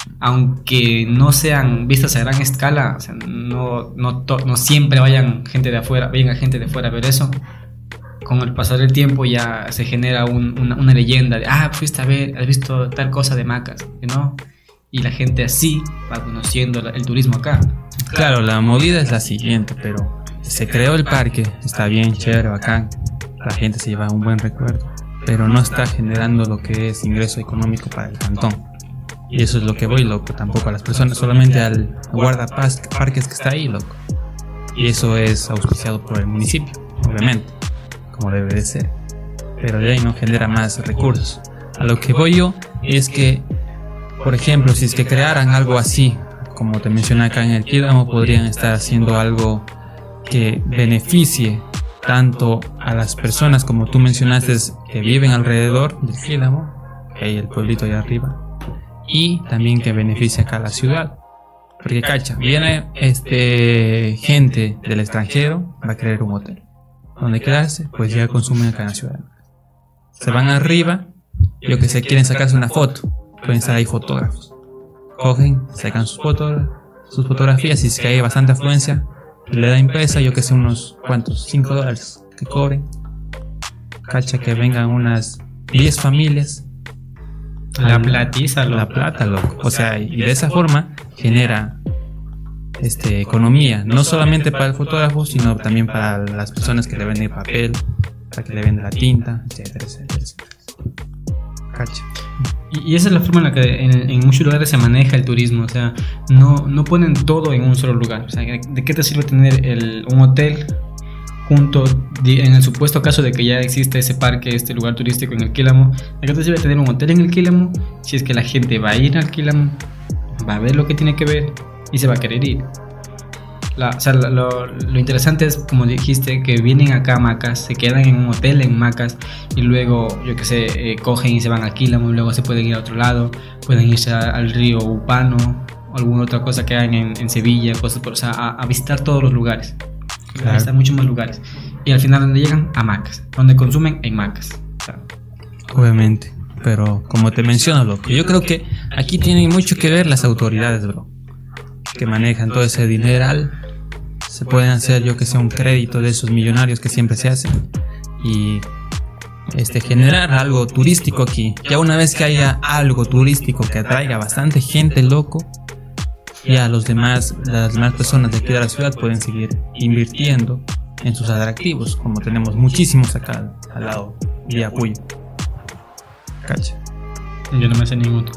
aunque no sean vistas a gran escala, o sea, no, no, to, no siempre vayan gente de afuera, venga gente de fuera a ver eso. Con el pasar del tiempo ya se genera un, una, una leyenda de, ah, fuiste a ver, has visto tal cosa de Macas, ¿no? Y la gente así va conociendo el turismo acá. Claro, la movida es la siguiente, pero se creó el parque, está bien, chévere, bacán. La gente se lleva un buen recuerdo, pero no está generando lo que es ingreso económico para el cantón. Y eso es lo que voy, loco. Tampoco a las personas, solamente al guardaparques que está ahí, loco. Y eso es auspiciado por el municipio, obviamente, como debe de ser. Pero de ahí no genera más recursos. A lo que voy yo es que, por ejemplo, si es que crearan algo así, como te mencioné acá en el Quílamo, podrían estar haciendo algo que beneficie tanto a las personas como tú mencionaste que viven alrededor del Quílamo, que hay el pueblito allá arriba, y también que beneficie acá a la ciudad. Porque cacha, viene este gente del extranjero, va a querer un hotel donde quedarse, pues ya consumen acá en la ciudad. Se van arriba, yo que sé, quieren sacarse una foto, pueden estar ahí fotógrafos, cogen, sacan sus fotos, sus fotografías, y si es que hay bastante afluencia, le da empresa, yo que sé, unos cuantos, cinco dólares que cobren. Cacha que vengan unas diez familias. La platiza, loco. La plata, loco. O sea, y de esa forma genera este, economía, no solamente para el fotógrafo, sino también para las personas que le venden papel, para que le venden la tinta, etcétera, etcétera, etcétera. Cacha. Y, y esa es la forma en la que en, en muchos lugares se maneja el turismo. O sea, no, no ponen todo en un solo lugar. O sea, ¿de qué te sirve tener el, un hotel junto, en el supuesto caso de que ya existe ese parque, este lugar turístico en el Quílamo? ¿De qué te sirve tener un hotel en el Quílamo si es que la gente va a ir al Quílamo, va a ver lo que tiene que ver y se va a querer ir? La, o sea, lo, lo interesante es, como dijiste, que vienen acá a Macas, se quedan en un hotel en Macas y luego, yo que sé, eh, cogen y se van a Quílamo y luego se pueden ir a otro lado, pueden irse a, al río Upano alguna otra cosa que hagan en, en Sevilla, cosas por, o sea, a, a visitar todos los lugares, Claro. a visitar muchos más lugares. Y al final, ¿dónde llegan? A Macas, donde consumen en Macas. O sea, Obviamente. Pero como te menciono, loco, yo creo que aquí tienen mucho que ver las autoridades, bro, que manejan todo ese dineral. Se pueden hacer, yo que sé, un crédito de esos millonarios que siempre se hacen y este, generar algo turístico aquí. Ya una vez que haya algo turístico que atraiga bastante gente, loco, ya los demás, las demás personas de aquí de la ciudad pueden seguir invirtiendo en sus atractivos, como tenemos muchísimos acá al lado de Apuyo. Cacha. yo no me sé ninguno.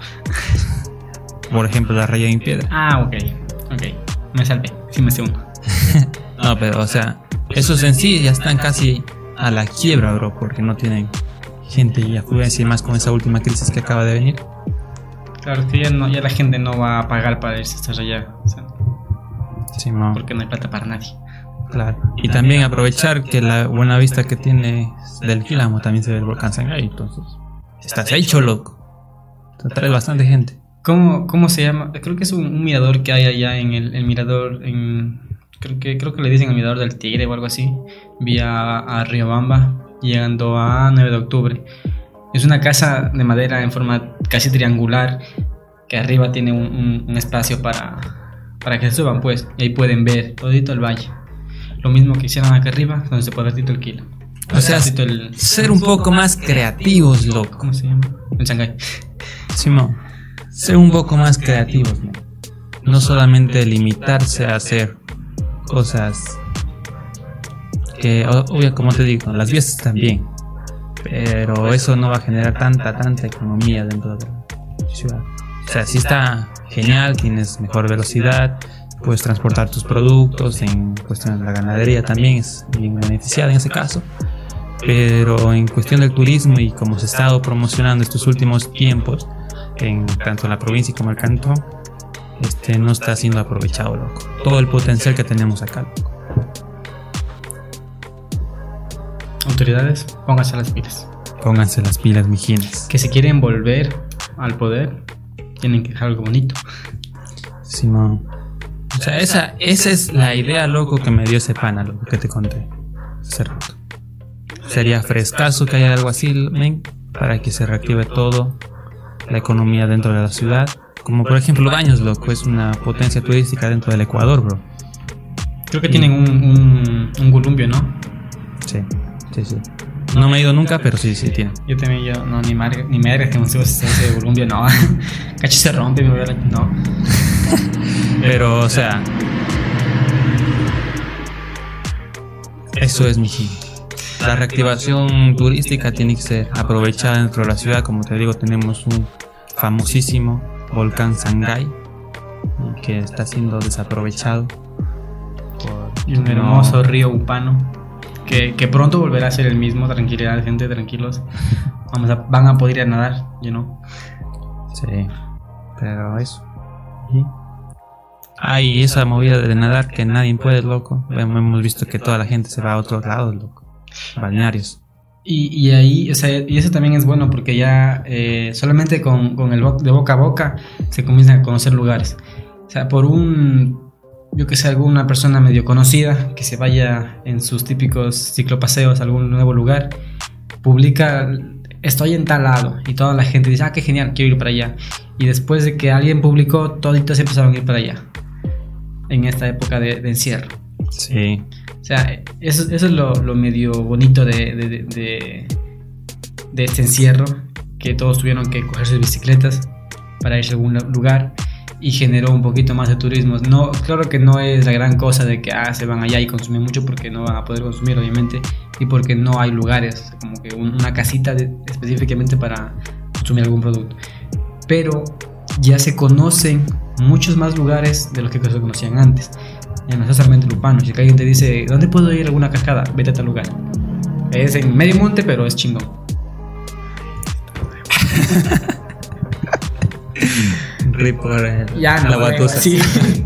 Por ejemplo, la Raya en Piedra. Ah, ok, ok, me salvé, sí me sé uno. No, pero o sea, esos en sí ya están casi a la quiebra, bro, porque no tienen gente y afluencia, y más con esa última crisis que acaba de venir. Claro, que ya, no, ya la gente no va a pagar para irse hasta allá, o sea, Sí, no, porque no hay plata para nadie. claro. Y también aprovechar que la buena vista que tiene del Quilamo también se ve el volcán Sangay, entonces estás hecho, loco. Te trae bastante gente. ¿Cómo, cómo se llama? Creo que es un, un mirador que hay allá en el, el mirador, en, creo que creo que le dicen el mirador del Tigre o algo así, vía a Riobamba, llegando a nueve de octubre. Es una casa de madera en forma casi triangular, que arriba tiene un, un, un espacio para, para que se suban, pues, y ahí pueden ver todito el valle. Lo mismo que hicieron acá arriba, donde se puede ver todito el Quila. O sea, Todito el, ser un poco más creativos, loco. ¿cómo se llama? El Shanghái. Simón, ser un poco más creativos, ¿no? No solamente limitarse a hacer cosas que, obvio, como te digo, las vías están bien, pero eso no va a generar tanta, tanta economía dentro de la ciudad. O sea, sí está genial, tienes mejor velocidad, puedes transportar tus productos, en cuestión de la ganadería también es bien beneficiada en ese caso, pero en cuestión del turismo y como se ha estado promocionando estos últimos tiempos, en tanto en la provincia como el cantón, este, no está siendo aprovechado, loco. Todo el potencial que tenemos acá, loco. Autoridades, pónganse las pilas. Pónganse las pilas, mijines. Que si quieren volver al poder, tienen que dejar algo bonito. Simón. O sea, esa, esa es la idea, loco, que me dio ese pana, loco, que te conté hace rato. Sería frescazo que haya algo así, men, para que se reactive todo, la economía dentro de la ciudad. Como por ejemplo Baños, loco, es una potencia turística dentro del Ecuador, bro. Creo que tienen un, un, un columpio, ¿no? Sí, sí, sí. No me he ido nunca, pero sí, sí tiene. Yo también, yo, no, ni madre, ni madre que no sé si ese columpio, no. Cacho se rompe, me voy a la, no. Pero, o sea, eso es mi fin. La reactivación turística tiene que ser aprovechada dentro de la ciudad. Como te digo, tenemos un famosísimo volcán Sangay que está siendo desaprovechado por Y un hermoso río Upano que, que pronto volverá a ser el mismo. Tranquilidad, gente, tranquilos. Vamos a, van a poder ir a nadar, you know. Sí, pero eso. ¿Sí? Ah, y esa movida de nadar que nadie puede, loco. Hemos visto que toda la gente se va a otros lados, loco. Balnearios. Y, y ahí, o sea, y eso también es bueno porque ya eh, solamente con, con el bo de boca a boca se comienzan a conocer lugares. O sea, por un, yo que sé, alguna persona medio conocida que se vaya en sus típicos ciclopaseos a algún nuevo lugar, publica, estoy en tal lado, y toda la gente dice, ah, qué genial, quiero ir para allá. Y después de que alguien publicó, toditos empezaron a ir para allá, en esta época de, de encierro. Sí. O sea, eso, eso es lo, lo medio bonito de, de, de, de, de este encierro, que todos tuvieron que coger sus bicicletas para irse a algún lugar y generó un poquito más de turismo. No, claro que no es la gran cosa de que ah, se van allá y consumen mucho, porque no van a poder consumir, obviamente, y porque no hay lugares, como que un, una casita de, específicamente para consumir algún producto. Pero ya se conocen muchos más lugares de los que se conocían antes. Ya no es solamente Lupano. Si alguien te dice, ¿dónde puedo ir a alguna cascada? Vete a tal lugar. Es en medio monte, pero es chingón. Rip por el, Ya no, la batusa. sí.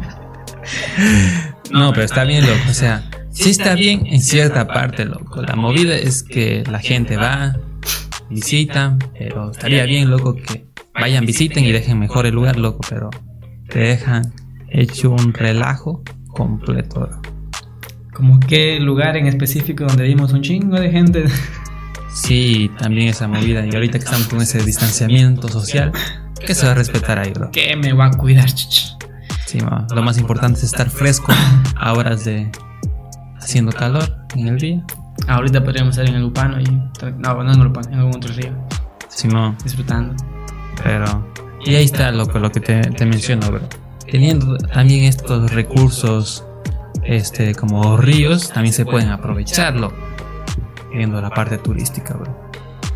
No, pero está bien, loco. O sea, sí está bien en cierta parte, loco. La movida es que la gente va, visita, pero estaría bien, loco, que vayan, visiten y dejen mejor el lugar, loco. Pero te dejan hecho un relajo completo, bro. ¿Como qué lugar en específico donde vimos un chingo de gente? Sí, también esa movida. Y ahorita que estamos con ese distanciamiento social, ¿qué se va a respetar ahí, bro? ¿Qué me va a cuidar, chichi? Sí, ma, lo más importante es estar fresco a horas de haciendo calor en el día. Ahorita podríamos estar en el Lupano y... No, no en el Lupano, en algún otro río. Sí, ma. Disfrutando. Pero... Y ahí está lo, lo que te, te menciono, bro. Teniendo también estos recursos este, como ríos, también se pueden aprovecharlo. Viendo la parte turística, bro.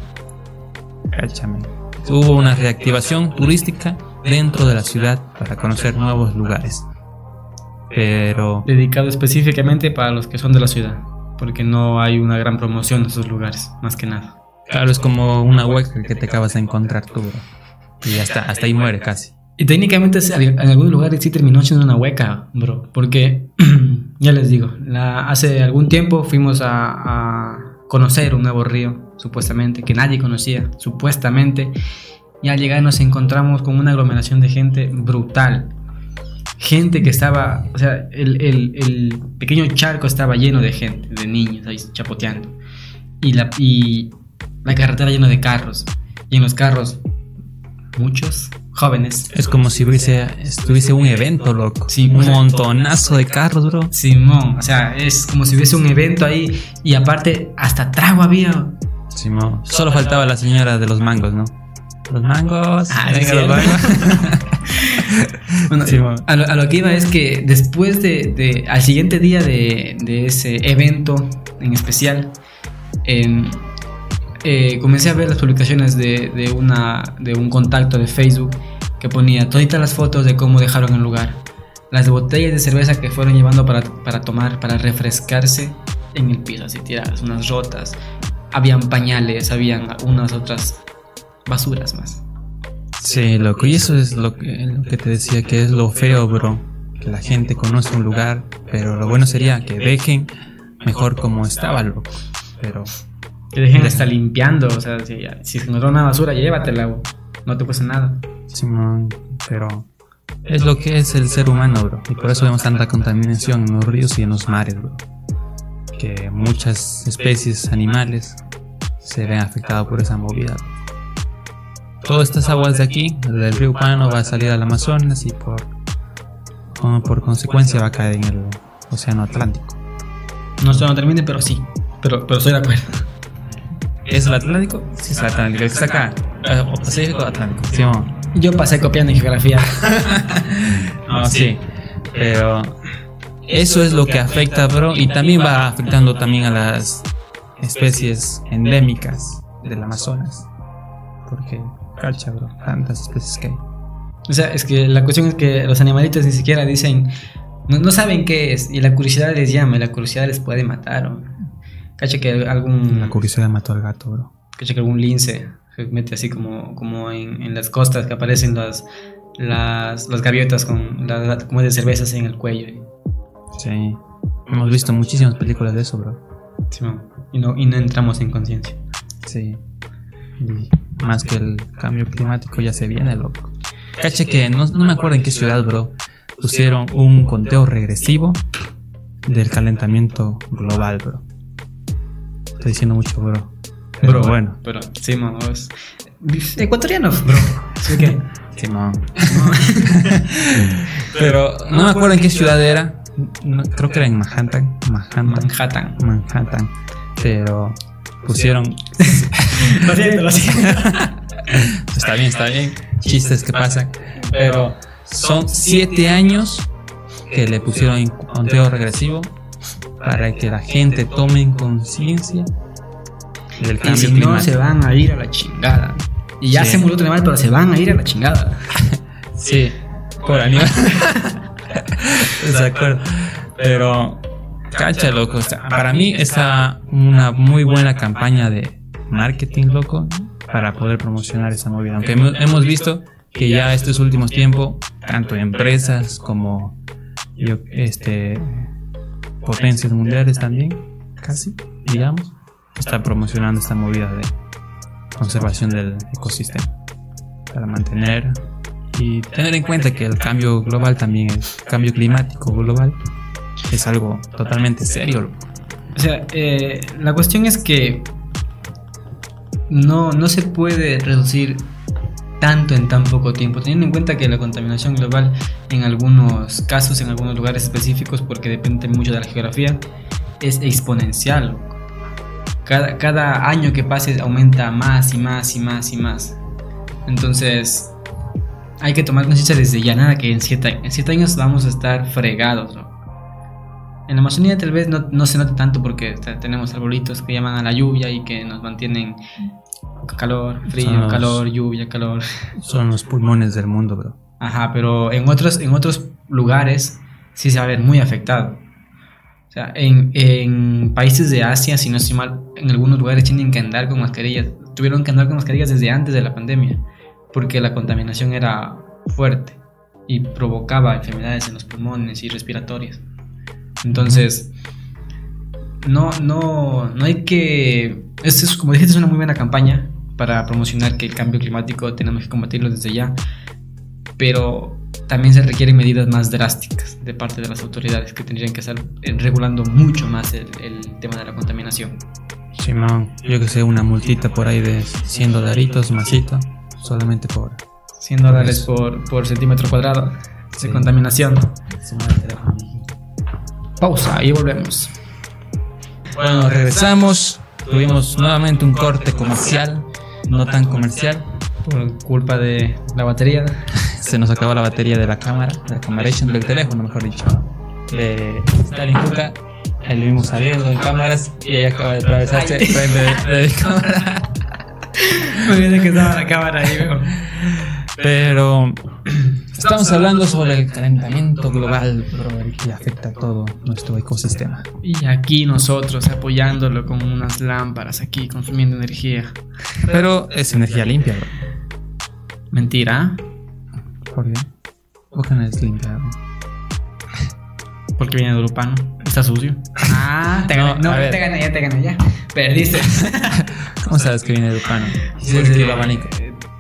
Cáchame. Hubo una reactivación turística dentro de la ciudad para conocer nuevos lugares. Pero... Dedicado específicamente para los que son de la ciudad. Porque no hay una gran promoción de esos lugares, más que nada. Claro, es como una hueca que te acabas de encontrar tú, bro. Y hasta, hasta ahí muere casi. Y técnicamente en algunos lugares sí terminó siendo una hueca, bro. Porque, ya les digo, la, hace algún tiempo fuimos a, a conocer un nuevo río, supuestamente, que nadie conocía, supuestamente. Y al llegar nos encontramos con una aglomeración de gente brutal. Gente que estaba, o sea, el, el, el pequeño charco estaba lleno de gente, de niños ahí chapoteando. Y la, y la carretera llena de carros. Y en los carros, muchos jóvenes. Es como si hubiese, estuviese un evento, loco. Sí, un montonazo de carros, bro. Simón, o sea, es como si hubiese un evento ahí. Y aparte, hasta trago había. Simón, solo faltaba la señora de los mangos, ¿no? Los mangos. Ah, venga, sí, los mangos. Bueno, Simón. A, lo, a lo que iba es que después de, de al siguiente día de, de ese evento en especial, en Eh, comencé a ver las publicaciones de, de, una, de un contacto de Facebook que ponía todas las fotos de cómo dejaron el lugar, las botellas de cerveza que fueron llevando para, para tomar, para refrescarse en el piso, así tiradas, unas rotas, habían pañales, habían unas otras basuras más. Sí, loco, y eso es lo que, lo que te decía, que es lo feo, bro, que la gente conoce un lugar, pero lo bueno sería que dejen mejor como estaba, loco, pero... Que dejen hasta limpiando, o sea, si, si se encontró una basura, llévatela, no te cuesta nada. Simón, pero es lo que es el ser humano, bro. Y por eso vemos tanta contaminación en los ríos y en los mares, bro. Que muchas especies animales se ven afectadas por esa movida. Todas estas aguas de aquí, del río Pano, va a salir al Amazonas y por, por consecuencia va a caer en el océano Atlántico. No sé dónde termine, pero sí. Pero, pero estoy de acuerdo. ¿Es el Atlántico? Sí, es el Atlántico. ¿El que está acá? Eh, ¿O Pacífico o Atlántico? Sí, no. Yo pasé copiando en geografía. No, sí. Pero eso es lo que afecta, bro. Y también va afectando también a las especies endémicas del Amazonas. Porque, cacha, bro, tantas especies que hay. O sea, es que la cuestión es que los animalitos ni siquiera dicen... No, no saben qué es. Y la curiosidad les llama. Y la curiosidad les puede matar, o... Cacha que algún... La curiosidad mató al gato, bro. Cacha que algún lince se mete así como, como en, en las costas que aparecen las, las, las gaviotas con la, como de cervezas en el cuello. Sí. Hemos visto muchísimas películas de eso, bro. Sí, y, no, y no entramos en conciencia. Sí. Y más que el cambio climático ya se viene, loco. Cacha que no, no me acuerdo en qué ciudad, bro, pusieron un conteo regresivo del calentamiento global, bro. Estoy diciendo mucho, bro. Pero bro, bueno. Pero, sí, man, es ecuatoriano, bro. ¿Sí qué? Sí, man. Pero no me acuerdo en qué ciudad era. No, creo que era en Manhattan. Manhattan. Manhattan. Manhattan. Pero pusieron. Lo siento, lo siento. Está bien, está bien. Chistes que pasan. Pero son siete años que le pusieron en conteo regresivo para que la gente tome conciencia del cambio y si climático. no, se van a ir a la chingada. Y ya sí. Se murió otro animal, pero se van a ir a la chingada. Sí, por animal. De acuerdo. Pero, cacha, loco. O sea, para mí está una muy buena campaña de marketing, loco, para poder promocionar esa movida. Aunque hemos visto que ya estos últimos tiempos, tanto empresas como yo, este, potencias mundiales también, casi, digamos, están promocionando esta movida de conservación del ecosistema para mantener y tener en cuenta que el cambio global también, el cambio climático global, es algo totalmente serio. O sea, eh, la cuestión es que no, no se puede reducir tanto en tan poco tiempo, teniendo en cuenta que la contaminación global en algunos casos, en algunos lugares específicos, porque depende mucho de la geografía, es exponencial. Cada, cada año que pase aumenta más y más y más y más. Entonces hay que tomar conciencia desde ya, nada que en siete, en siete años vamos a estar fregados, ¿no? En la Amazonía tal vez no, no se note tanto porque tenemos arbolitos que llaman a la lluvia y que nos mantienen calor, frío, los, calor, lluvia, calor. Son los pulmones del mundo, bro. Ajá, pero en otros, en otros lugares sí se va a ver muy afectado. O sea, en, en países de Asia, si no estoy mal, en algunos lugares tienen que andar con mascarillas. Tuvieron que andar con mascarillas desde antes de la pandemia, porque la contaminación era fuerte y provocaba enfermedades en los pulmones y respiratorias. Entonces, no, no, no hay que... Esto es, como dijiste, es una muy buena campaña para promocionar que el cambio climático tenemos que combatirlo desde ya, pero también se requieren medidas más drásticas de parte de las autoridades que tendrían que estar regulando mucho más el, el tema de la contaminación. Simón, yo que sé, una multita por ahí de cien dolaritos, masita, solamente por... cien dólares por, por centímetro cuadrado de sí. Contaminación. Pausa y volvemos. Bueno, regresamos. Tuvimos nuevamente un corte comercial, no tan comercial, por culpa de la batería. Se nos acabó la batería de la cámara, de la camaration del teléfono, mejor dicho, de Stalin Juca. Ahí lo vimos saliendo en cámaras y ella acaba de atravesarse frente de, de cámara. Muy bien que estaba la cámara ahí, veo. Pero estamos hablando sobre el calentamiento global, bro, que afecta a todo nuestro ecosistema. Y aquí nosotros apoyándolo con unas lámparas aquí, consumiendo energía. Pero es energía limpia, bro. Mentira. ¿Por qué? ¿Por qué no es limpia, bro? Porque viene de Urupano. Está sucio. Ah, te gané. No, no te gané, ya te gané, ya. Perdiste. ¿Cómo sabes que viene de Urupano? Sí, es el abanico.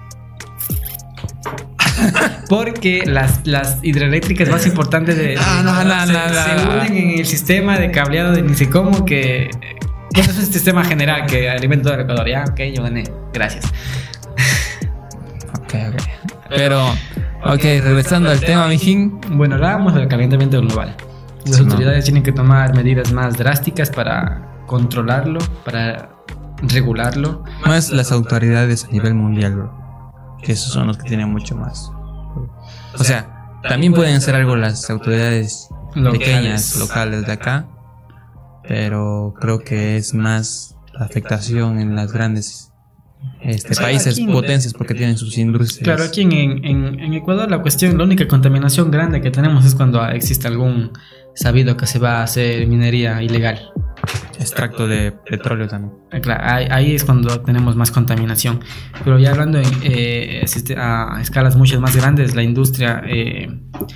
Porque las, las hidroeléctricas más importantes de, ah, no, no, se, no, no, se no, unen en el sistema de cableado de ni sé cómo que... Bueno, es el sistema general que alimenta todo el Ecuador. Ya, ok, yo gané. Gracias. Ok, ok. Pero, ok, regresando al tema, mijín. Bueno, hablábamos del calentamiento global. Las sí, autoridades no. tienen que tomar medidas más drásticas para controlarlo, para regularlo. Más las autoridades a nivel mundial, bro. Que esos son los que tienen mucho más. O sea, también pueden hacer algo las autoridades locales. pequeñas, locales de acá, pero creo que es más la afectación en las grandes este, países, en, potencias, porque tienen sus industrias. Claro, aquí en, en, en Ecuador la cuestión, la única contaminación grande que tenemos es cuando existe algún sabido que se va a hacer minería ilegal. Extracto de petróleo también. Claro, ahí, ahí es cuando tenemos más contaminación. Pero ya hablando en, eh, a escalas mucho más grandes, la industria, eh,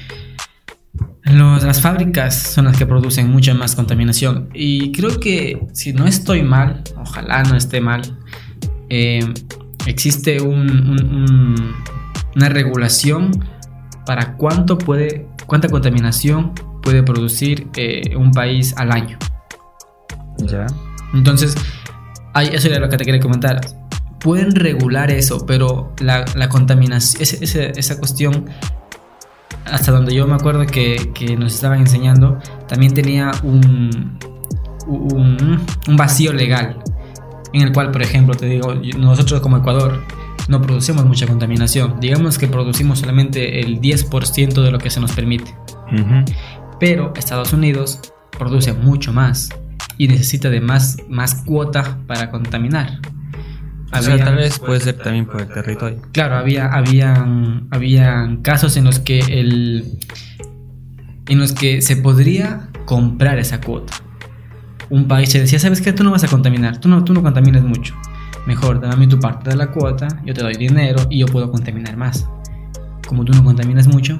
los, las fábricas son las que producen mucha más contaminación. Y creo que, si no estoy mal, ojalá no esté mal, eh, existe un, un, un, una regulación para cuánto puede, cuánta contaminación puede producir eh, un país al año. Ya. Entonces, ay, eso era lo que te quería comentar. Pueden regular eso, pero la, la contaminación, ese, ese, esa cuestión, hasta donde yo me acuerdo que, que nos estaban enseñando, también tenía un, un, un vacío legal, en el cual, por ejemplo, te digo, nosotros como Ecuador no producimos mucha contaminación. Digamos que producimos solamente el diez por ciento de lo que se nos permite. Uh-huh. Pero Estados Unidos produce mucho más y necesita de más, más cuota para contaminar. Había, o sea, tal vez puede ser también por el territorio. Claro, había, habían, habían casos en los que el, en los que se podría comprar esa cuota. Un país se decía, ¿sabes qué? Tú no vas a contaminar, tú no, tú no contaminas mucho. Mejor, dame tu parte de la cuota, yo te doy dinero y yo puedo contaminar más. Como tú no contaminas mucho.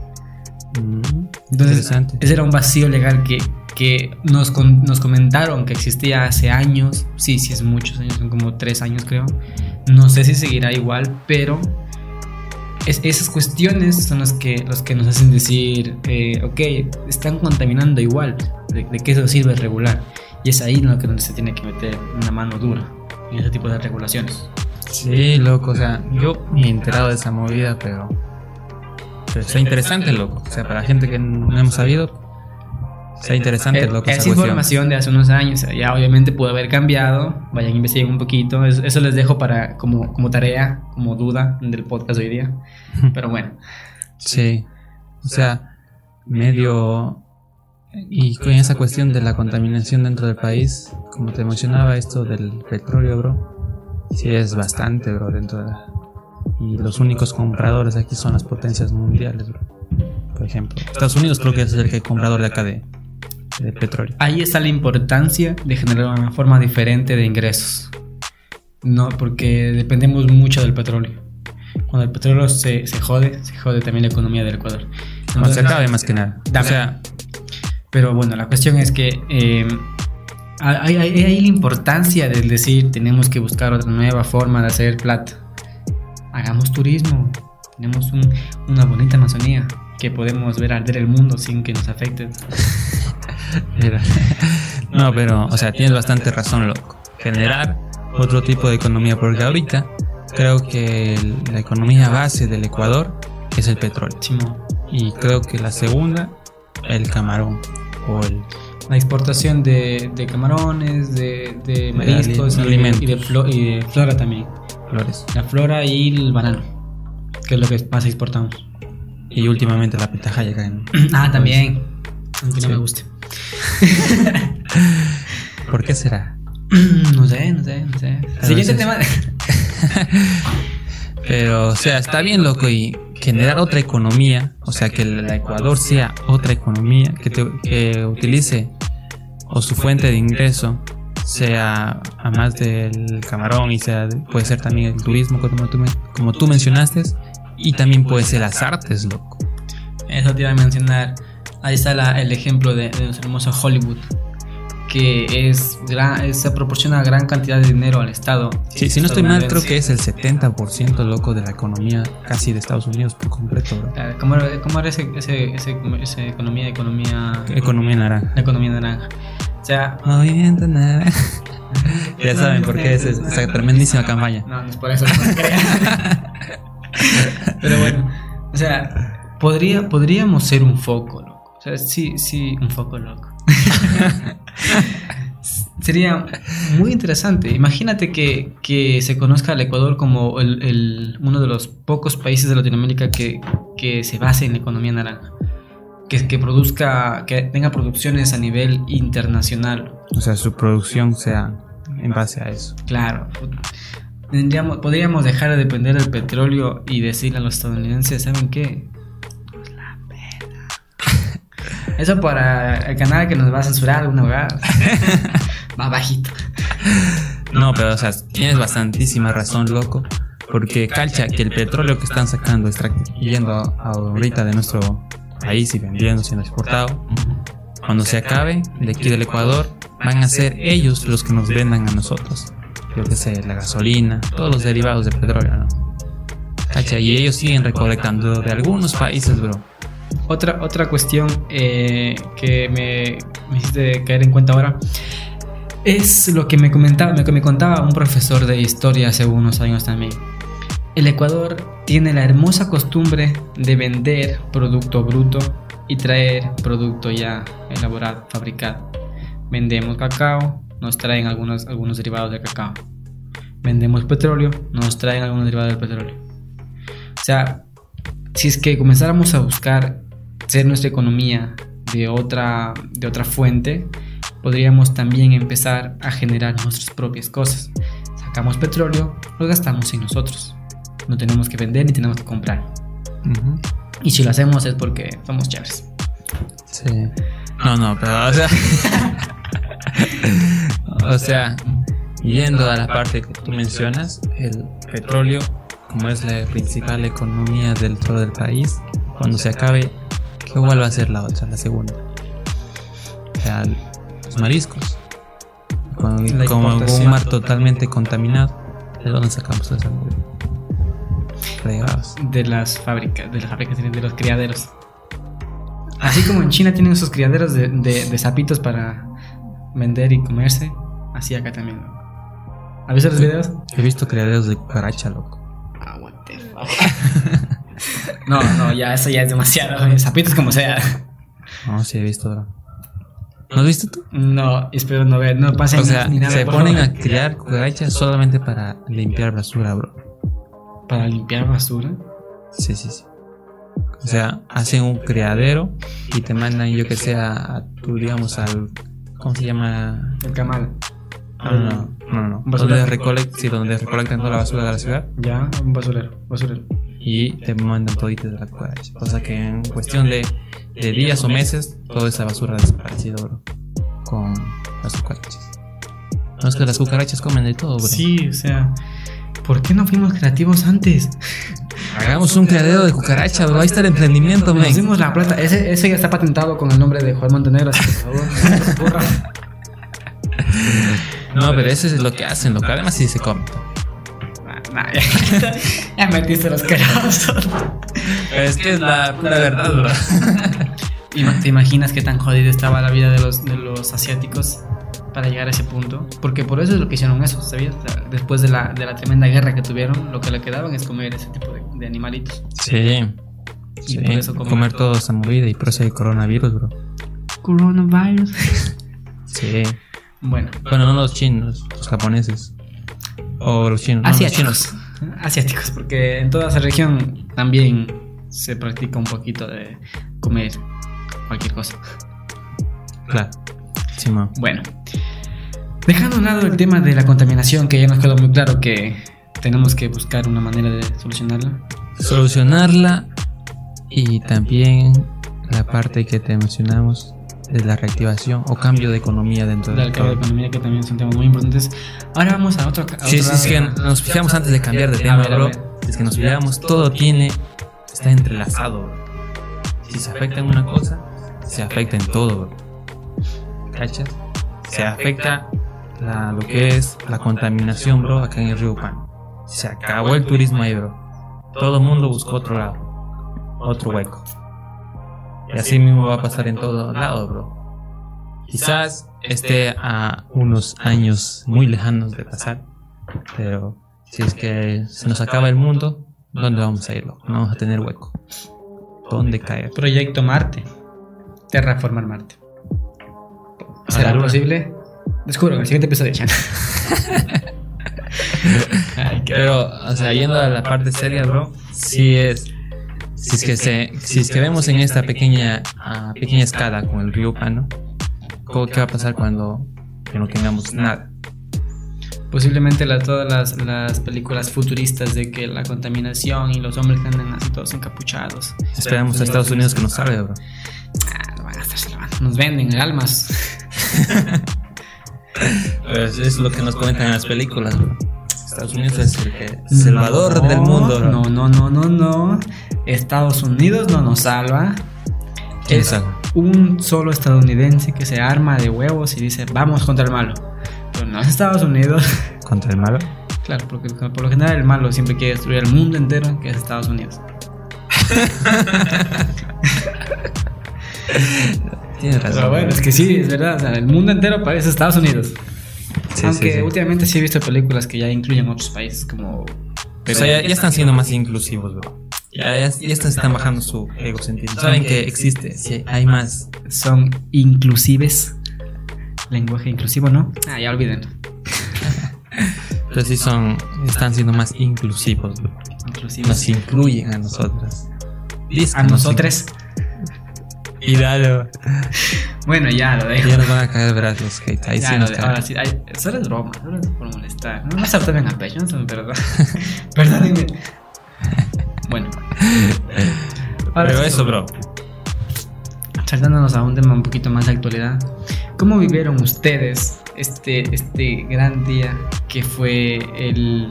Mm, entonces, ese era un vacío legal que que nos, con, nos comentaron que existía hace años. Sí, sí es muchos años, son como tres años creo. No sé si seguirá igual, pero es, esas cuestiones son las que, los que nos hacen decir, eh, ok, están contaminando igual, ¿de, de qué eso sirve regular? Y es ahí en lo que donde se tiene que meter una mano dura en ese tipo de regulaciones. Sí, loco, o sea, yo me he enterado de esa movida, pero, pero está interesante, loco. O sea, para la gente que no hemos sabido, está interesante, eh, loco. Esa esa información de hace unos años, ya obviamente pudo haber cambiado. Vayan, investiguen un poquito. Eso, eso les dejo para como, como tarea, como duda del podcast hoy día. Pero bueno. Sí, o sea, medio. Y con esa cuestión de la contaminación dentro del país, como te mencionaba, esto del petróleo, bro, sí es bastante, bro, dentro de la... Y los únicos compradores aquí son las potencias mundiales, bro. Por ejemplo, Estados Unidos creo que es el que comprador de acá de, de petróleo. Ahí está la importancia de generar una forma diferente de ingresos. No, porque dependemos mucho del petróleo. Cuando el petróleo se, se jode, se jode también la economía del Ecuador. Entonces, Cuando se acabe, más que nada. Dame. O sea... Pero bueno, la cuestión es que eh, hay, hay, hay la importancia del decir, tenemos que buscar otra nueva forma de hacer plata. Hagamos turismo. Tenemos un, una bonita Amazonía que podemos ver arder el mundo sin que nos afecte. No, pero, o sea, tienes bastante razón, loco. Generar otro tipo de economía, porque ahorita creo que el, la economía base del Ecuador es el petróleo. Y creo que la segunda, el camarón. O el... La exportación de, de camarones, de, de mariscos de y, de, y, de flo, y de flora también. Flores. La flora y el banano, que es lo que más exportamos. Y últimamente la pitahaya acá en... Ah, también. Aunque sí. No me guste. ¿Por qué será? No sé, no sé, no sé. Pero siguiente no sé. Tema. Pero, o sea, está bien, loco, y generar otra economía, o sea, que el Ecuador sea otra economía, que, te, que utilice o su fuente de ingreso sea a más del camarón y sea puede ser también el turismo, como tú, como tú mencionaste, y también puede ser las artes, loco. Eso te iba a mencionar. Ahí está la, el ejemplo de, de nuestro hermoso Hollywood, que es gran, se proporciona gran cantidad de dinero al Estado. Sí, si no estoy mal, creo que es el setenta por ciento, loco, de la economía casi de Estados Unidos por completo, bro. ¿Cómo era, cómo era ese, ese, ese, esa economía? Economía, economía naranja. La economía naranja. O sea, movimiento naranja. Ya saben por qué es esa tremendísima campaña. No, no es por eso. No Pero bueno, o sea, podría, podríamos ser un foco, loco. O sea, sí, sí, un foco, loco. Sería muy interesante. Imagínate que, que se conozca al Ecuador como el, el, uno de los pocos países de Latinoamérica que, que se base en la economía naranja, que, que produzca, que tenga producciones a nivel internacional. O sea, su producción sea en base a eso. Claro. Tendríamos, podríamos dejar de depender del petróleo y decirle a los estadounidenses, ¿saben qué? Pues la pena. Eso para el canal que nos va a censurar alguna vez. Va bajito. No, pero o sea, tienes bastantísima razón, loco. Porque calcha que el petróleo que están sacando, yendo ahorita de nuestro país y vendiendo, siendo exportado, cuando se acabe de aquí del Ecuador, van a ser ellos los que nos vendan a nosotros. Yo que sé, la gasolina, todos los derivados del petróleo, ¿no? Cacha, y ellos siguen recolectando de algunos países, bro. Otra, otra cuestión eh, que me, me hiciste caer en cuenta ahora es lo que me comentaba, lo que me contaba un profesor de historia hace unos años también. El Ecuador tiene la hermosa costumbre de vender producto bruto y traer producto ya elaborado, fabricado. Vendemos cacao, nos traen algunos, algunos derivados del cacao. Vendemos petróleo, nos traen algunos derivados del petróleo. O sea, si es que comenzáramos a buscar ser nuestra economía de otra, de otra fuente, podríamos también empezar a generar nuestras propias cosas. Sacamos petróleo, lo gastamos en nosotros. No tenemos que vender ni tenemos que comprar. Uh-huh. Y si lo hacemos es porque somos chéveres. Sí. No, no, pero o sea... o sea, yendo a la parte que tú mencionas, el petróleo, como es la principal economía dentro del país, cuando se acabe, ¿cuál va a ser la otra, la segunda? O sea, los mariscos. Con, como un mar totalmente contaminado, ¿de dónde sacamos esa? fregados. De las fábricas, de las fábricas, de los criaderos. Así como en China tienen esos criaderos de, de, de sapitos para vender y comerse, así acá también, loco. ¿Has visto los videos? He visto criaderos de cucaracha, loco. Ah, what the fuck. No, no, ya eso ya es demasiado. Sapitos como sea. No, sí he visto, bro. ¿No has visto tú? No, espero no ver, no pasa O sea, ni nada. se por ponen favor. a criar cucarachas solamente para limpiar basura, bro. Para limpiar basura. Sí, sí, sí. O sea, hacen un criadero y te mandan, yo que sé, a, a tu, digamos, al... ¿Cómo se llama? El camal. No, no, no, no, no. ¿Un basurero? Donde recolectan, sí, donde recolectan toda la basura de la ciudad Ya, un basurero, basurero. y te mandan toditos de la cucaracha. O sea que en cuestión de, de días o meses, toda esa basura ha desaparecido, bro. Con las cucarachas. No es que las cucarachas comen de todo, bro. Sí, o sea, ¿por qué no fuimos creativos antes? Hagamos un criadero de cucaracha, bro. Ahí está el emprendimiento, Nos man. dimos la plata. Ese, ese ya está patentado con el nombre de Juan Montenegro, así que por favor, no se os ocurra. No, pero eso es lo que hacen, loco. Además sí se come. Nah, nah, ya, ya metiste los carajosos. Es que es la pura verdad, bro. ¿Y te imaginas qué tan jodida estaba la vida de los, de los asiáticos para llegar a ese punto? Porque por eso es lo que hicieron eso, ¿sabías? O sea, después de la, de la tremenda guerra que tuvieron, lo que le quedaban es comer ese tipo de, de animalitos. Sí. Sí. por eso Comer, comer- toda esa movida y por eso hay coronavirus, bro. Coronavirus. Sí. Bueno, Bueno, no los chinos, los japoneses. O los chinos. No, los asiáticos. chinos. Asiáticos, porque en toda esa región también se practica un poquito de comer cualquier cosa. Claro. Sí, ma. Bueno, dejando a un lado el tema de la contaminación, que ya nos quedó muy claro que tenemos que buscar una manera de solucionarla. Solucionarla y también la parte que te mencionamos de la reactivación o cambio de economía dentro La del cambio de economía, que también son temas muy importantes. Ahora vamos a otro. A Sí, otro sí, es que lado. nos fijamos antes de cambiar de A tema, ver, a bro. ver. Es que nos fijamos, todo tiene, está entrelazado, bro. Si se afecta en una cosa, se afecta en todo, bro. ¿Cachas? Se afecta la, lo que es la contaminación, bro, acá en el río Pan. Se acabó el turismo ahí, bro. Todo el mundo buscó otro lado, otro hueco. Y así mismo va a pasar en todo lado, bro. Quizás esté a unos años muy lejanos de pasar, pero si es que se nos acaba el mundo, ¿dónde vamos a ir, loco? No vamos a tener hueco. ¿Dónde caer? Proyecto Marte. Terraformar Marte. A ¿Será la luna. posible? Descubro en el siguiente episodio. Ay, qué- Pero, o sea, yendo a la parte seria, bro, sí es. Si es que, se, si es que vemos en esta pequeña, ah, pequeña escala con el río Pano, ¿cómo- ¿qué va a pasar cuando que no tengamos nada? Posiblemente la, todas las, las películas futuristas de que la contaminación y los hombres que andan así todos encapuchados. Esperamos a Estados Unidos que nos salve, bro. Ah, lo van a estar salvando. Nos venden almas. Pero eso es lo que nos comentan en las películas, bro. Estados Unidos es el que- salvador No, del mundo, bro. No, no, no, no, no. Estados Unidos no nos salva. ¿Quién Es salva? un solo estadounidense que se arma de huevos y dice, vamos contra el malo. Pero no es Estados Unidos. ¿Contra el malo? Claro, porque por lo general el malo siempre quiere destruir el mundo entero, que es Estados Unidos. Tienes razón. Pero bueno, es que sí, es verdad. O sea, el mundo entero parece Estados Unidos. Sí, Aunque sí, sí. últimamente sí he visto películas que ya incluyen otros países como... O sea, ya, ya están siendo más inclusivos, bro. Ya, ya, ya están, están bajando su egocentrismo. Saben que existe, sí, hay más. Son inclusives. Lenguaje inclusivo, ¿no? Ah, ya olvídenlo. Pero sí son, están siendo más inclusivos, bro. Inclusivos. Nos incluyen a nosotras. Dice que A nos nosotros. incluyen. Y dale. Bueno, ya lo dejo. Ya nos van a caer, verás, los hate. Ahí Ya sí lo nos de- caen. ahora sí, ay, solo es broma, solo es por molestar. No, no se lo tomen a pecho, no se me perdón. Perdónenme. Bueno. Ahora Pero sí, eso, bro. saltándonos a un tema un poquito más de actualidad. ¿Cómo vivieron ustedes este, este gran día que fue el...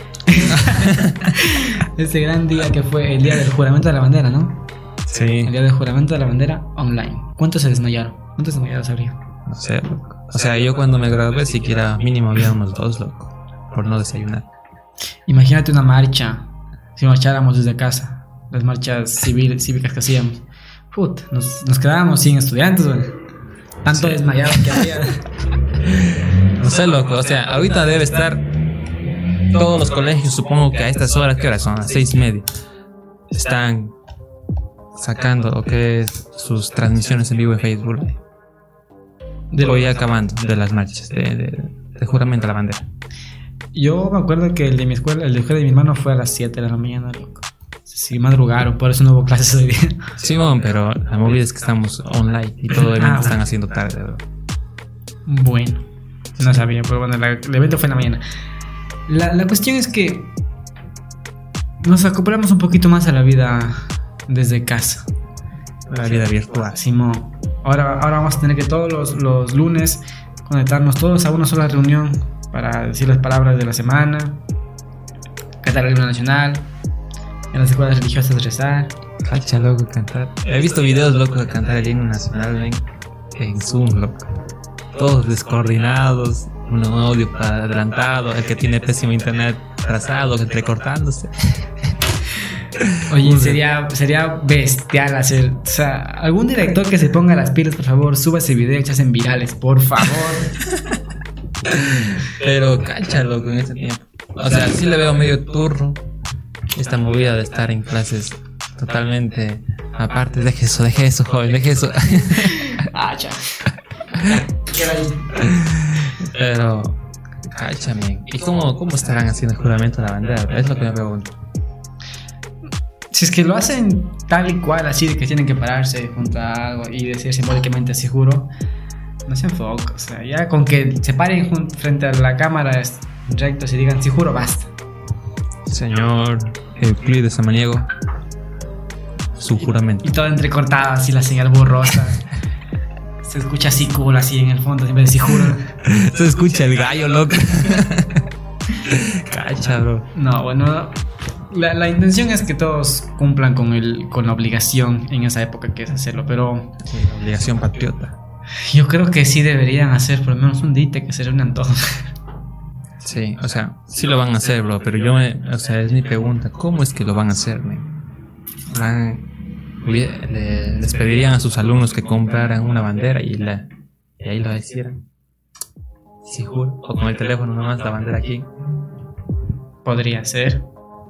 este gran día que fue el día del juramento de la bandera, ¿no? Sí. El día del juramento de la bandera online. ¿Cuántos se desmayaron? ¿Cuántos desmayados habría? No sé, loco. O sea, yo cuando me gradué siquiera mínimo había unos dos, loco. Por no desayunar. Imagínate una marcha si marcháramos desde casa, las marchas civil, cívicas que hacíamos. Put, nos, nos quedábamos sin estudiantes, güey. Tanto sí. Desmayado que había. No sé, loco, o sea, ahorita debe estar todos los colegios, supongo que a estas horas, ¿qué horas son? A las seis y media. Están sacando lo que es sus transmisiones en vivo en Facebook. De Voy acabando de las marchas, de, de, de juramento a la bandera. Yo me acuerdo que el de mi escuela, el de escuela de mi hermano fue a las siete de la mañana, loco. Sí, madrugaron, por eso no hubo clases hoy día. Sí, bueno, pero la movida es que estamos online y todo el evento ah, están haciendo tarde, bro. Bueno, no sabía, pero bueno, la, el evento fue en la mañana. La, la cuestión es que nos acoplamos un poquito más a la vida desde casa. La vida virtual. Simón. Ahora, ahora vamos a tener que todos los, los lunes conectarnos todos a una sola reunión para decir las palabras de la semana, cantar el himno nacional, en las escuelas religiosas rezar. Cacha, loco, cantar. He visto videos, loco, de cantar el himno nacional, ven, en Zoom, loco. Todos descoordinados, un audio adelantado, el que tiene pésimo internet atrasado, entrecortándose. Oye, sería, sería bestial hacer, o sea, algún director que se ponga las pilas, por favor, suba ese video y se hacen virales, por favor. Pero cacha, loco, en este tiempo. O sea, sí le veo medio turro esta movida de estar en clases totalmente aparte. Deje eso, deje eso, joven, deje eso. Ah, ya. Pero, cacha, men. ¿Y cómo, cómo estarán haciendo el juramento de la bandera? Es lo que me pregunto. Si es que lo hacen tal y cual, así de que tienen que pararse junto a algo y decir simbólicamente así juro, no se enfoca. O sea, ya con que se paren frente a la cámara rectos y digan sí juro, basta. Señor Euclides Samaniego, su juramento. Y todo entrecortado, así la señal borrosa. Se escucha así cool, así en el fondo, siempre de sí juro. Se escucha el gallo, loco. Cacha, bro. No, bueno, la, la intención es que todos cumplan con, el, con la obligación en esa época que es hacerlo, pero... Sí, la obligación patriota. Yo creo que sí deberían hacer por lo menos un día que se reúnan todos. Sí, o sea, sí lo van a hacer, bro, pero yo, me, o sea, es mi pregunta, ¿cómo es que lo van a hacer, man? Van... Le, les pedirían a sus alumnos que compraran una bandera y, la, y ahí lo hicieran. Sí, juro. O con el teléfono nomás la bandera aquí. Podría ser.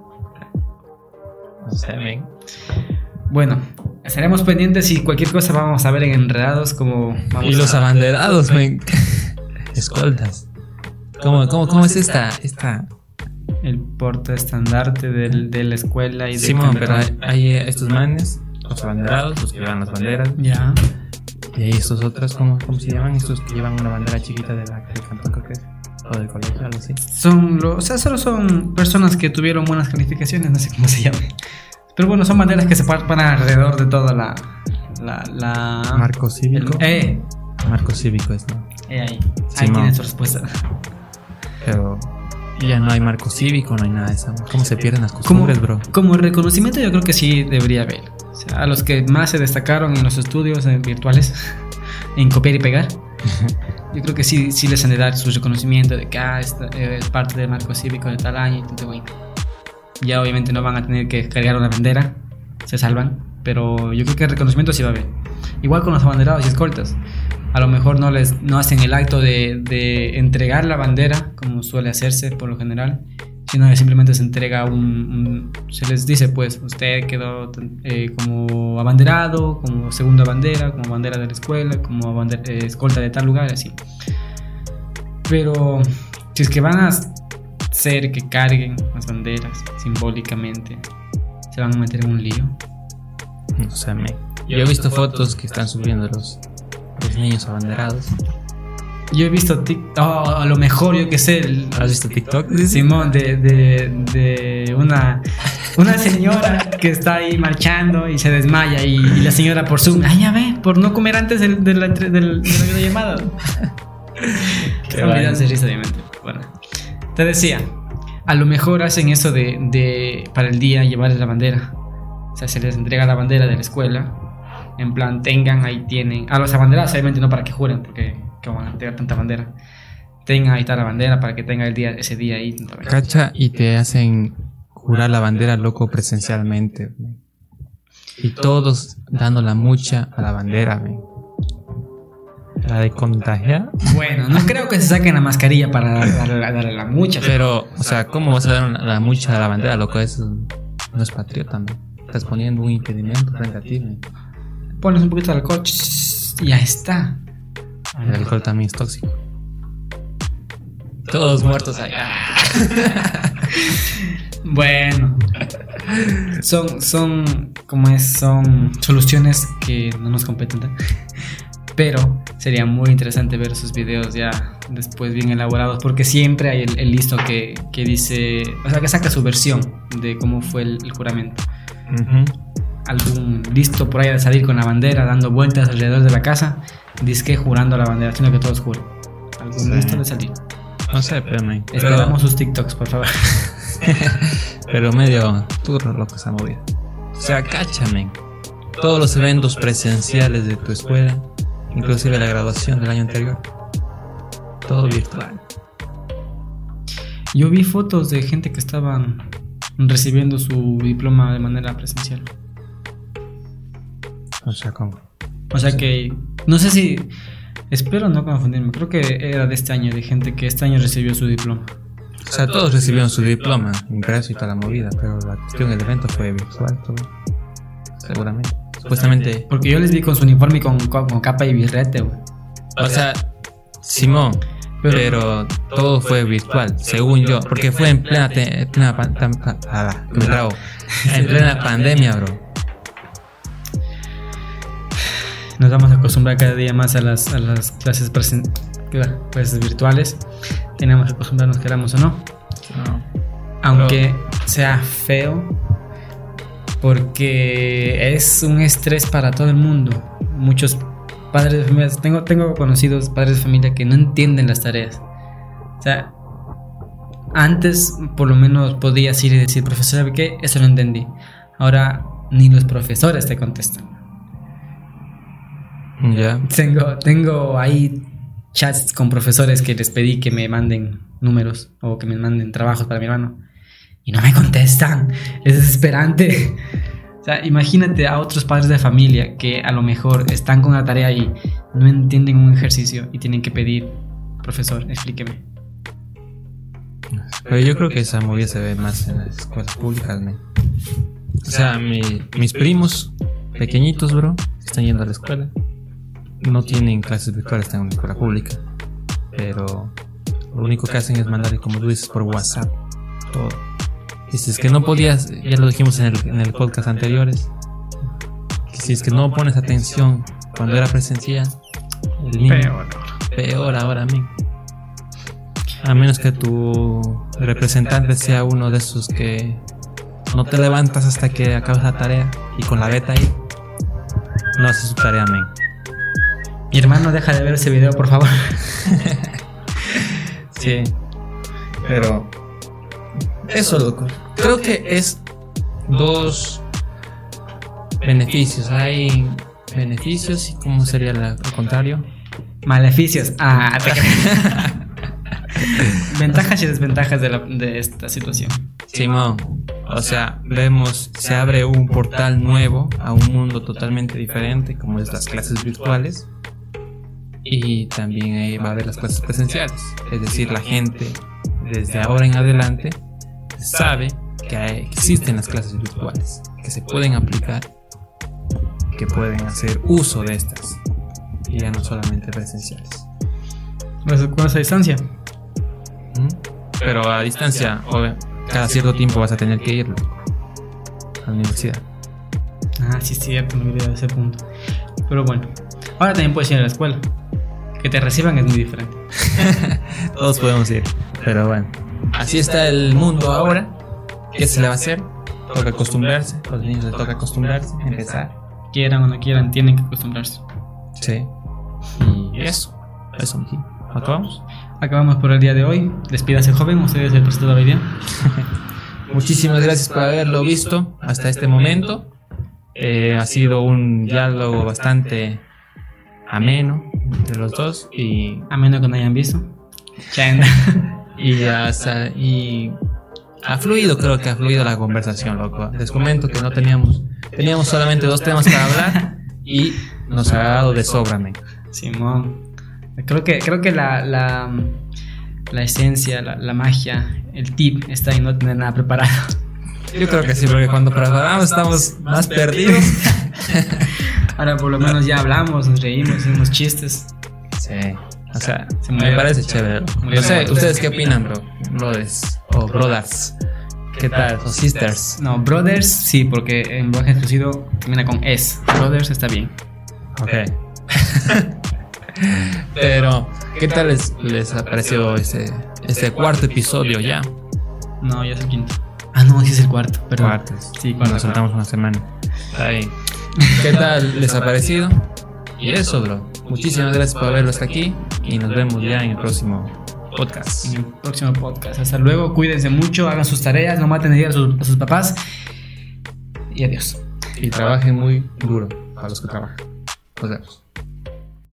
No sé, ven. Bueno, estaremos pendientes y cualquier cosa vamos a ver en Enredados como... Y los a... abanderados, ven. Escoltas. ¿Cómo, cómo, cómo es esta, esta? El portaestandarte del, de la escuela y de... Simón, pero hay, hay estos manes... Los abanderados, los que llevan las banderas. Ya. Y hay estos otros, ¿cómo, ¿cómo se llaman? Estos que llevan una bandera chiquita de la, del cantón, creo que es. O del colegio, algo así. Son, lo, o sea, solo son personas que tuvieron buenas calificaciones, no sé cómo se llaman. Pero bueno, son banderas que se paran alrededor de toda la... la, la... Marco cívico. El, eh. Marco cívico es, ¿no? Eh, ahí. Ahí tiene su respuesta. Pero... ya no hay marco cívico, no hay nada de eso. ¿Cómo se pierden las costumbres, como, bro? Como reconocimiento yo creo que sí debería haber. O sea, a los que más se destacaron en los estudios eh, virtuales, en copiar y pegar, yo creo que sí, sí les han de dar su reconocimiento de que ah, esta, eh, es parte del marco cívico de tal año y tanto, bueno. Ya obviamente no van a tener que cargar una bandera, se salvan, pero yo creo que el reconocimiento sí va a haber. Igual con los abanderados y escoltas. A lo mejor no les no hacen el acto de, de entregar la bandera, como suele hacerse por lo general, sino que simplemente se entrega un, un se les dice pues usted quedó eh, como abanderado, como segunda bandera, como bandera de la escuela, como bandera, eh, escolta de tal lugar, así. Pero si es que van a hacer que carguen las banderas simbólicamente, se van a meter en un lío. No sé, me... yo he visto fotos que están subiendo los Los niños abanderados. Yo he visto TikTok, oh, a lo mejor yo que sé el, ¿has visto TikTok? Simón, de, de, de una, una señora que está ahí marchando y se desmaya y, y la señora por Zoom, ay ya ve, por no comer antes de, de, la, de, de la videollamada. Están olvidando de risa, obviamente. Bueno, te decía, a lo mejor hacen eso de, de para el día llevarles la bandera. O sea, se les entrega la bandera de la escuela. En plan, tengan, ahí tienen. A los abanderados, obviamente no para que juren, porque que van a entregar tanta bandera. Tengan, ahí está la bandera para que tengan el día, ese día ahí. Cacha, y te hacen jurar la bandera, loco, presencialmente. Man. Y todos dando la mucha a la bandera, man. La de contagiar. Bueno, no creo que se saquen la mascarilla para darle, darle la mucha. Pero, o sea, ¿cómo vas a dar la mucha a la bandera, loco? Eso no es patriota, man. Estás poniendo un impedimento frente a ti, man. Pones un poquito de alcohol y ya está. El alcohol también es tóxico. Todos muertos allá. Bueno, son, son, como es, son soluciones que no nos competen, ¿no? Pero sería muy interesante ver sus videos ya después bien elaborados, porque siempre hay el, el listo que, que dice, o sea, que saca su versión de cómo fue el, el juramento. Uh-huh. Algún listo por ahí de salir con la bandera dando vueltas alrededor de la casa, disque jurando la bandera, sino que todos juren. Algún sí. listo de salir. No sé, pero me... Esperamos sus TikToks, por favor. Pero medio turro, loco, esa movida. O sea, cáchame. Todos los eventos presenciales de tu escuela, inclusive la graduación del año anterior, todo virtual. Yo vi fotos de gente que estaban recibiendo su diploma de manera presencial. O sea, ¿cómo? O sea que, no sé si... Espero no confundirme, creo que era de este año, de gente que este año recibió su diploma. O sea, todos recibieron su diploma, impreso y toda la movida, pero la cuestión del evento fue virtual, todo. Seguramente. Supuestamente. Porque yo les vi con su uniforme y con, con, con capa y birrete, güey. O sea, Simón, pero, pero todo fue virtual, según yo, porque fue en plena, te, plena pan, tan, tan, ah, me trago, en plena pandemia, bro. Nos vamos a acostumbrar cada día más a las, a las clases presen- pues, virtuales. Tenemos que acostumbrarnos, queramos o no. no. Aunque Pero... sea feo, porque es un estrés para todo el mundo. Muchos padres de familia, tengo, tengo conocidos padres de familia que no entienden las tareas. O sea, antes por lo menos podías ir y decir, profesor, ¿sabe qué? Eso lo entendí. Ahora ni los profesores te contestan. Ya. Yeah. Tengo, tengo ahí chats con profesores que les pedí que me manden números o que me manden trabajos para mi hermano y no me contestan. Es desesperante. O sea, imagínate a otros padres de familia que a lo mejor están con la tarea y no entienden un ejercicio y tienen que pedir, profesor, explíqueme. Pero yo creo que esa movida se ve más en las escuelas públicas, ¿no? O sea, mi, mis primos pequeñitos, bro, que están yendo a la escuela, no tienen clases virtuales, están en una escuela pública, pero lo único que hacen es mandarle, como tú dices, por WhatsApp todo. Dices que no podías, ya lo dijimos en el, en el podcast anteriores, que si es que no pones atención cuando era presencial, el niño, peor, peor ahora mismo. A menos que tu representante sea uno de esos que no te levantas hasta que acabes la tarea y con la beta ahí no haces su tarea, men. Mi hermano, deja de ver ese video, por favor. Sí, pero eso, loco. Creo que es dos beneficios. Hay beneficios y ¿cómo sería lo contrario? Maleficios. Ah, te ventajas y desventajas de, la, de esta situación. Simón, o sea, vemos, se abre un portal nuevo a un mundo totalmente diferente, como es las clases virtuales. Y también ahí va a haber las clases presenciales. Es decir, la gente desde ahora en adelante sabe que hay, que existen las clases virtuales, que se pueden aplicar, que pueden hacer uso de estas, y ya no solamente presenciales. ¿Con esa distancia? ¿Mm? Pero a distancia, obvio, cada cierto tiempo vas a tener que ir a la universidad. Ah, sí, es cierto, me olvidé de ese punto. Pero bueno, ahora también puedes ir a la escuela. Que te reciban es muy diferente. Todos podemos ir, pero bueno, así está el mundo ahora. ¿Qué se le va a hacer? Toca acostumbrarse. A los niños les toca acostumbrarse, empezar. Quieran o no quieran, tienen que acostumbrarse. Sí. Y eso, eso, mijín. ¿Acabamos? Acabamos por el día de hoy. Despídase, joven, usted es el presentador hoy día. Muchísimas gracias por haberlo visto hasta este momento. Eh, ha sido un diálogo bastante ameno entre los dos y ameno que no hayan visto. y, ya, y ha fluido, creo que ha fluido la conversación, loco. Les comento que no teníamos, teníamos solamente dos temas para hablar y nos ha dado de sobra, men. Simón, creo que, creo que la, la, la esencia, la, la magia, el tip está en no tener nada preparado. Yo creo que sí, porque cuando preparamos estamos más perdidos. Ahora por lo menos ya hablamos, nos reímos, hicimos chistes. Sí, o sea, Se me murió. parece chévere. Murió No sé, la- ¿ustedes qué opinan, bro? Brothers o brothers. ¿Qué tal? O sisters. No, brothers sí, porque en lenguaje exclusivo termina con es. Brothers está bien. Ok. Pero, ¿qué tal les, les ha parecido este, este cuarto episodio ya? No, ya es el quinto. Ah, no, sí es el cuarto, perdón. Cuarto. Sí, cuarto. Nos soltamos una semana. Está bien. ¿Qué tal les ha parecido? Y eso, bro. Muchísimas gracias por verlo hasta aquí y nos vemos ya en el próximo podcast. En el próximo podcast. Hasta luego, cuídense mucho, hagan sus tareas, no maten a sus, a sus papás. Y adiós. Y trabajen muy duro para los que trabajan. Nos vemos.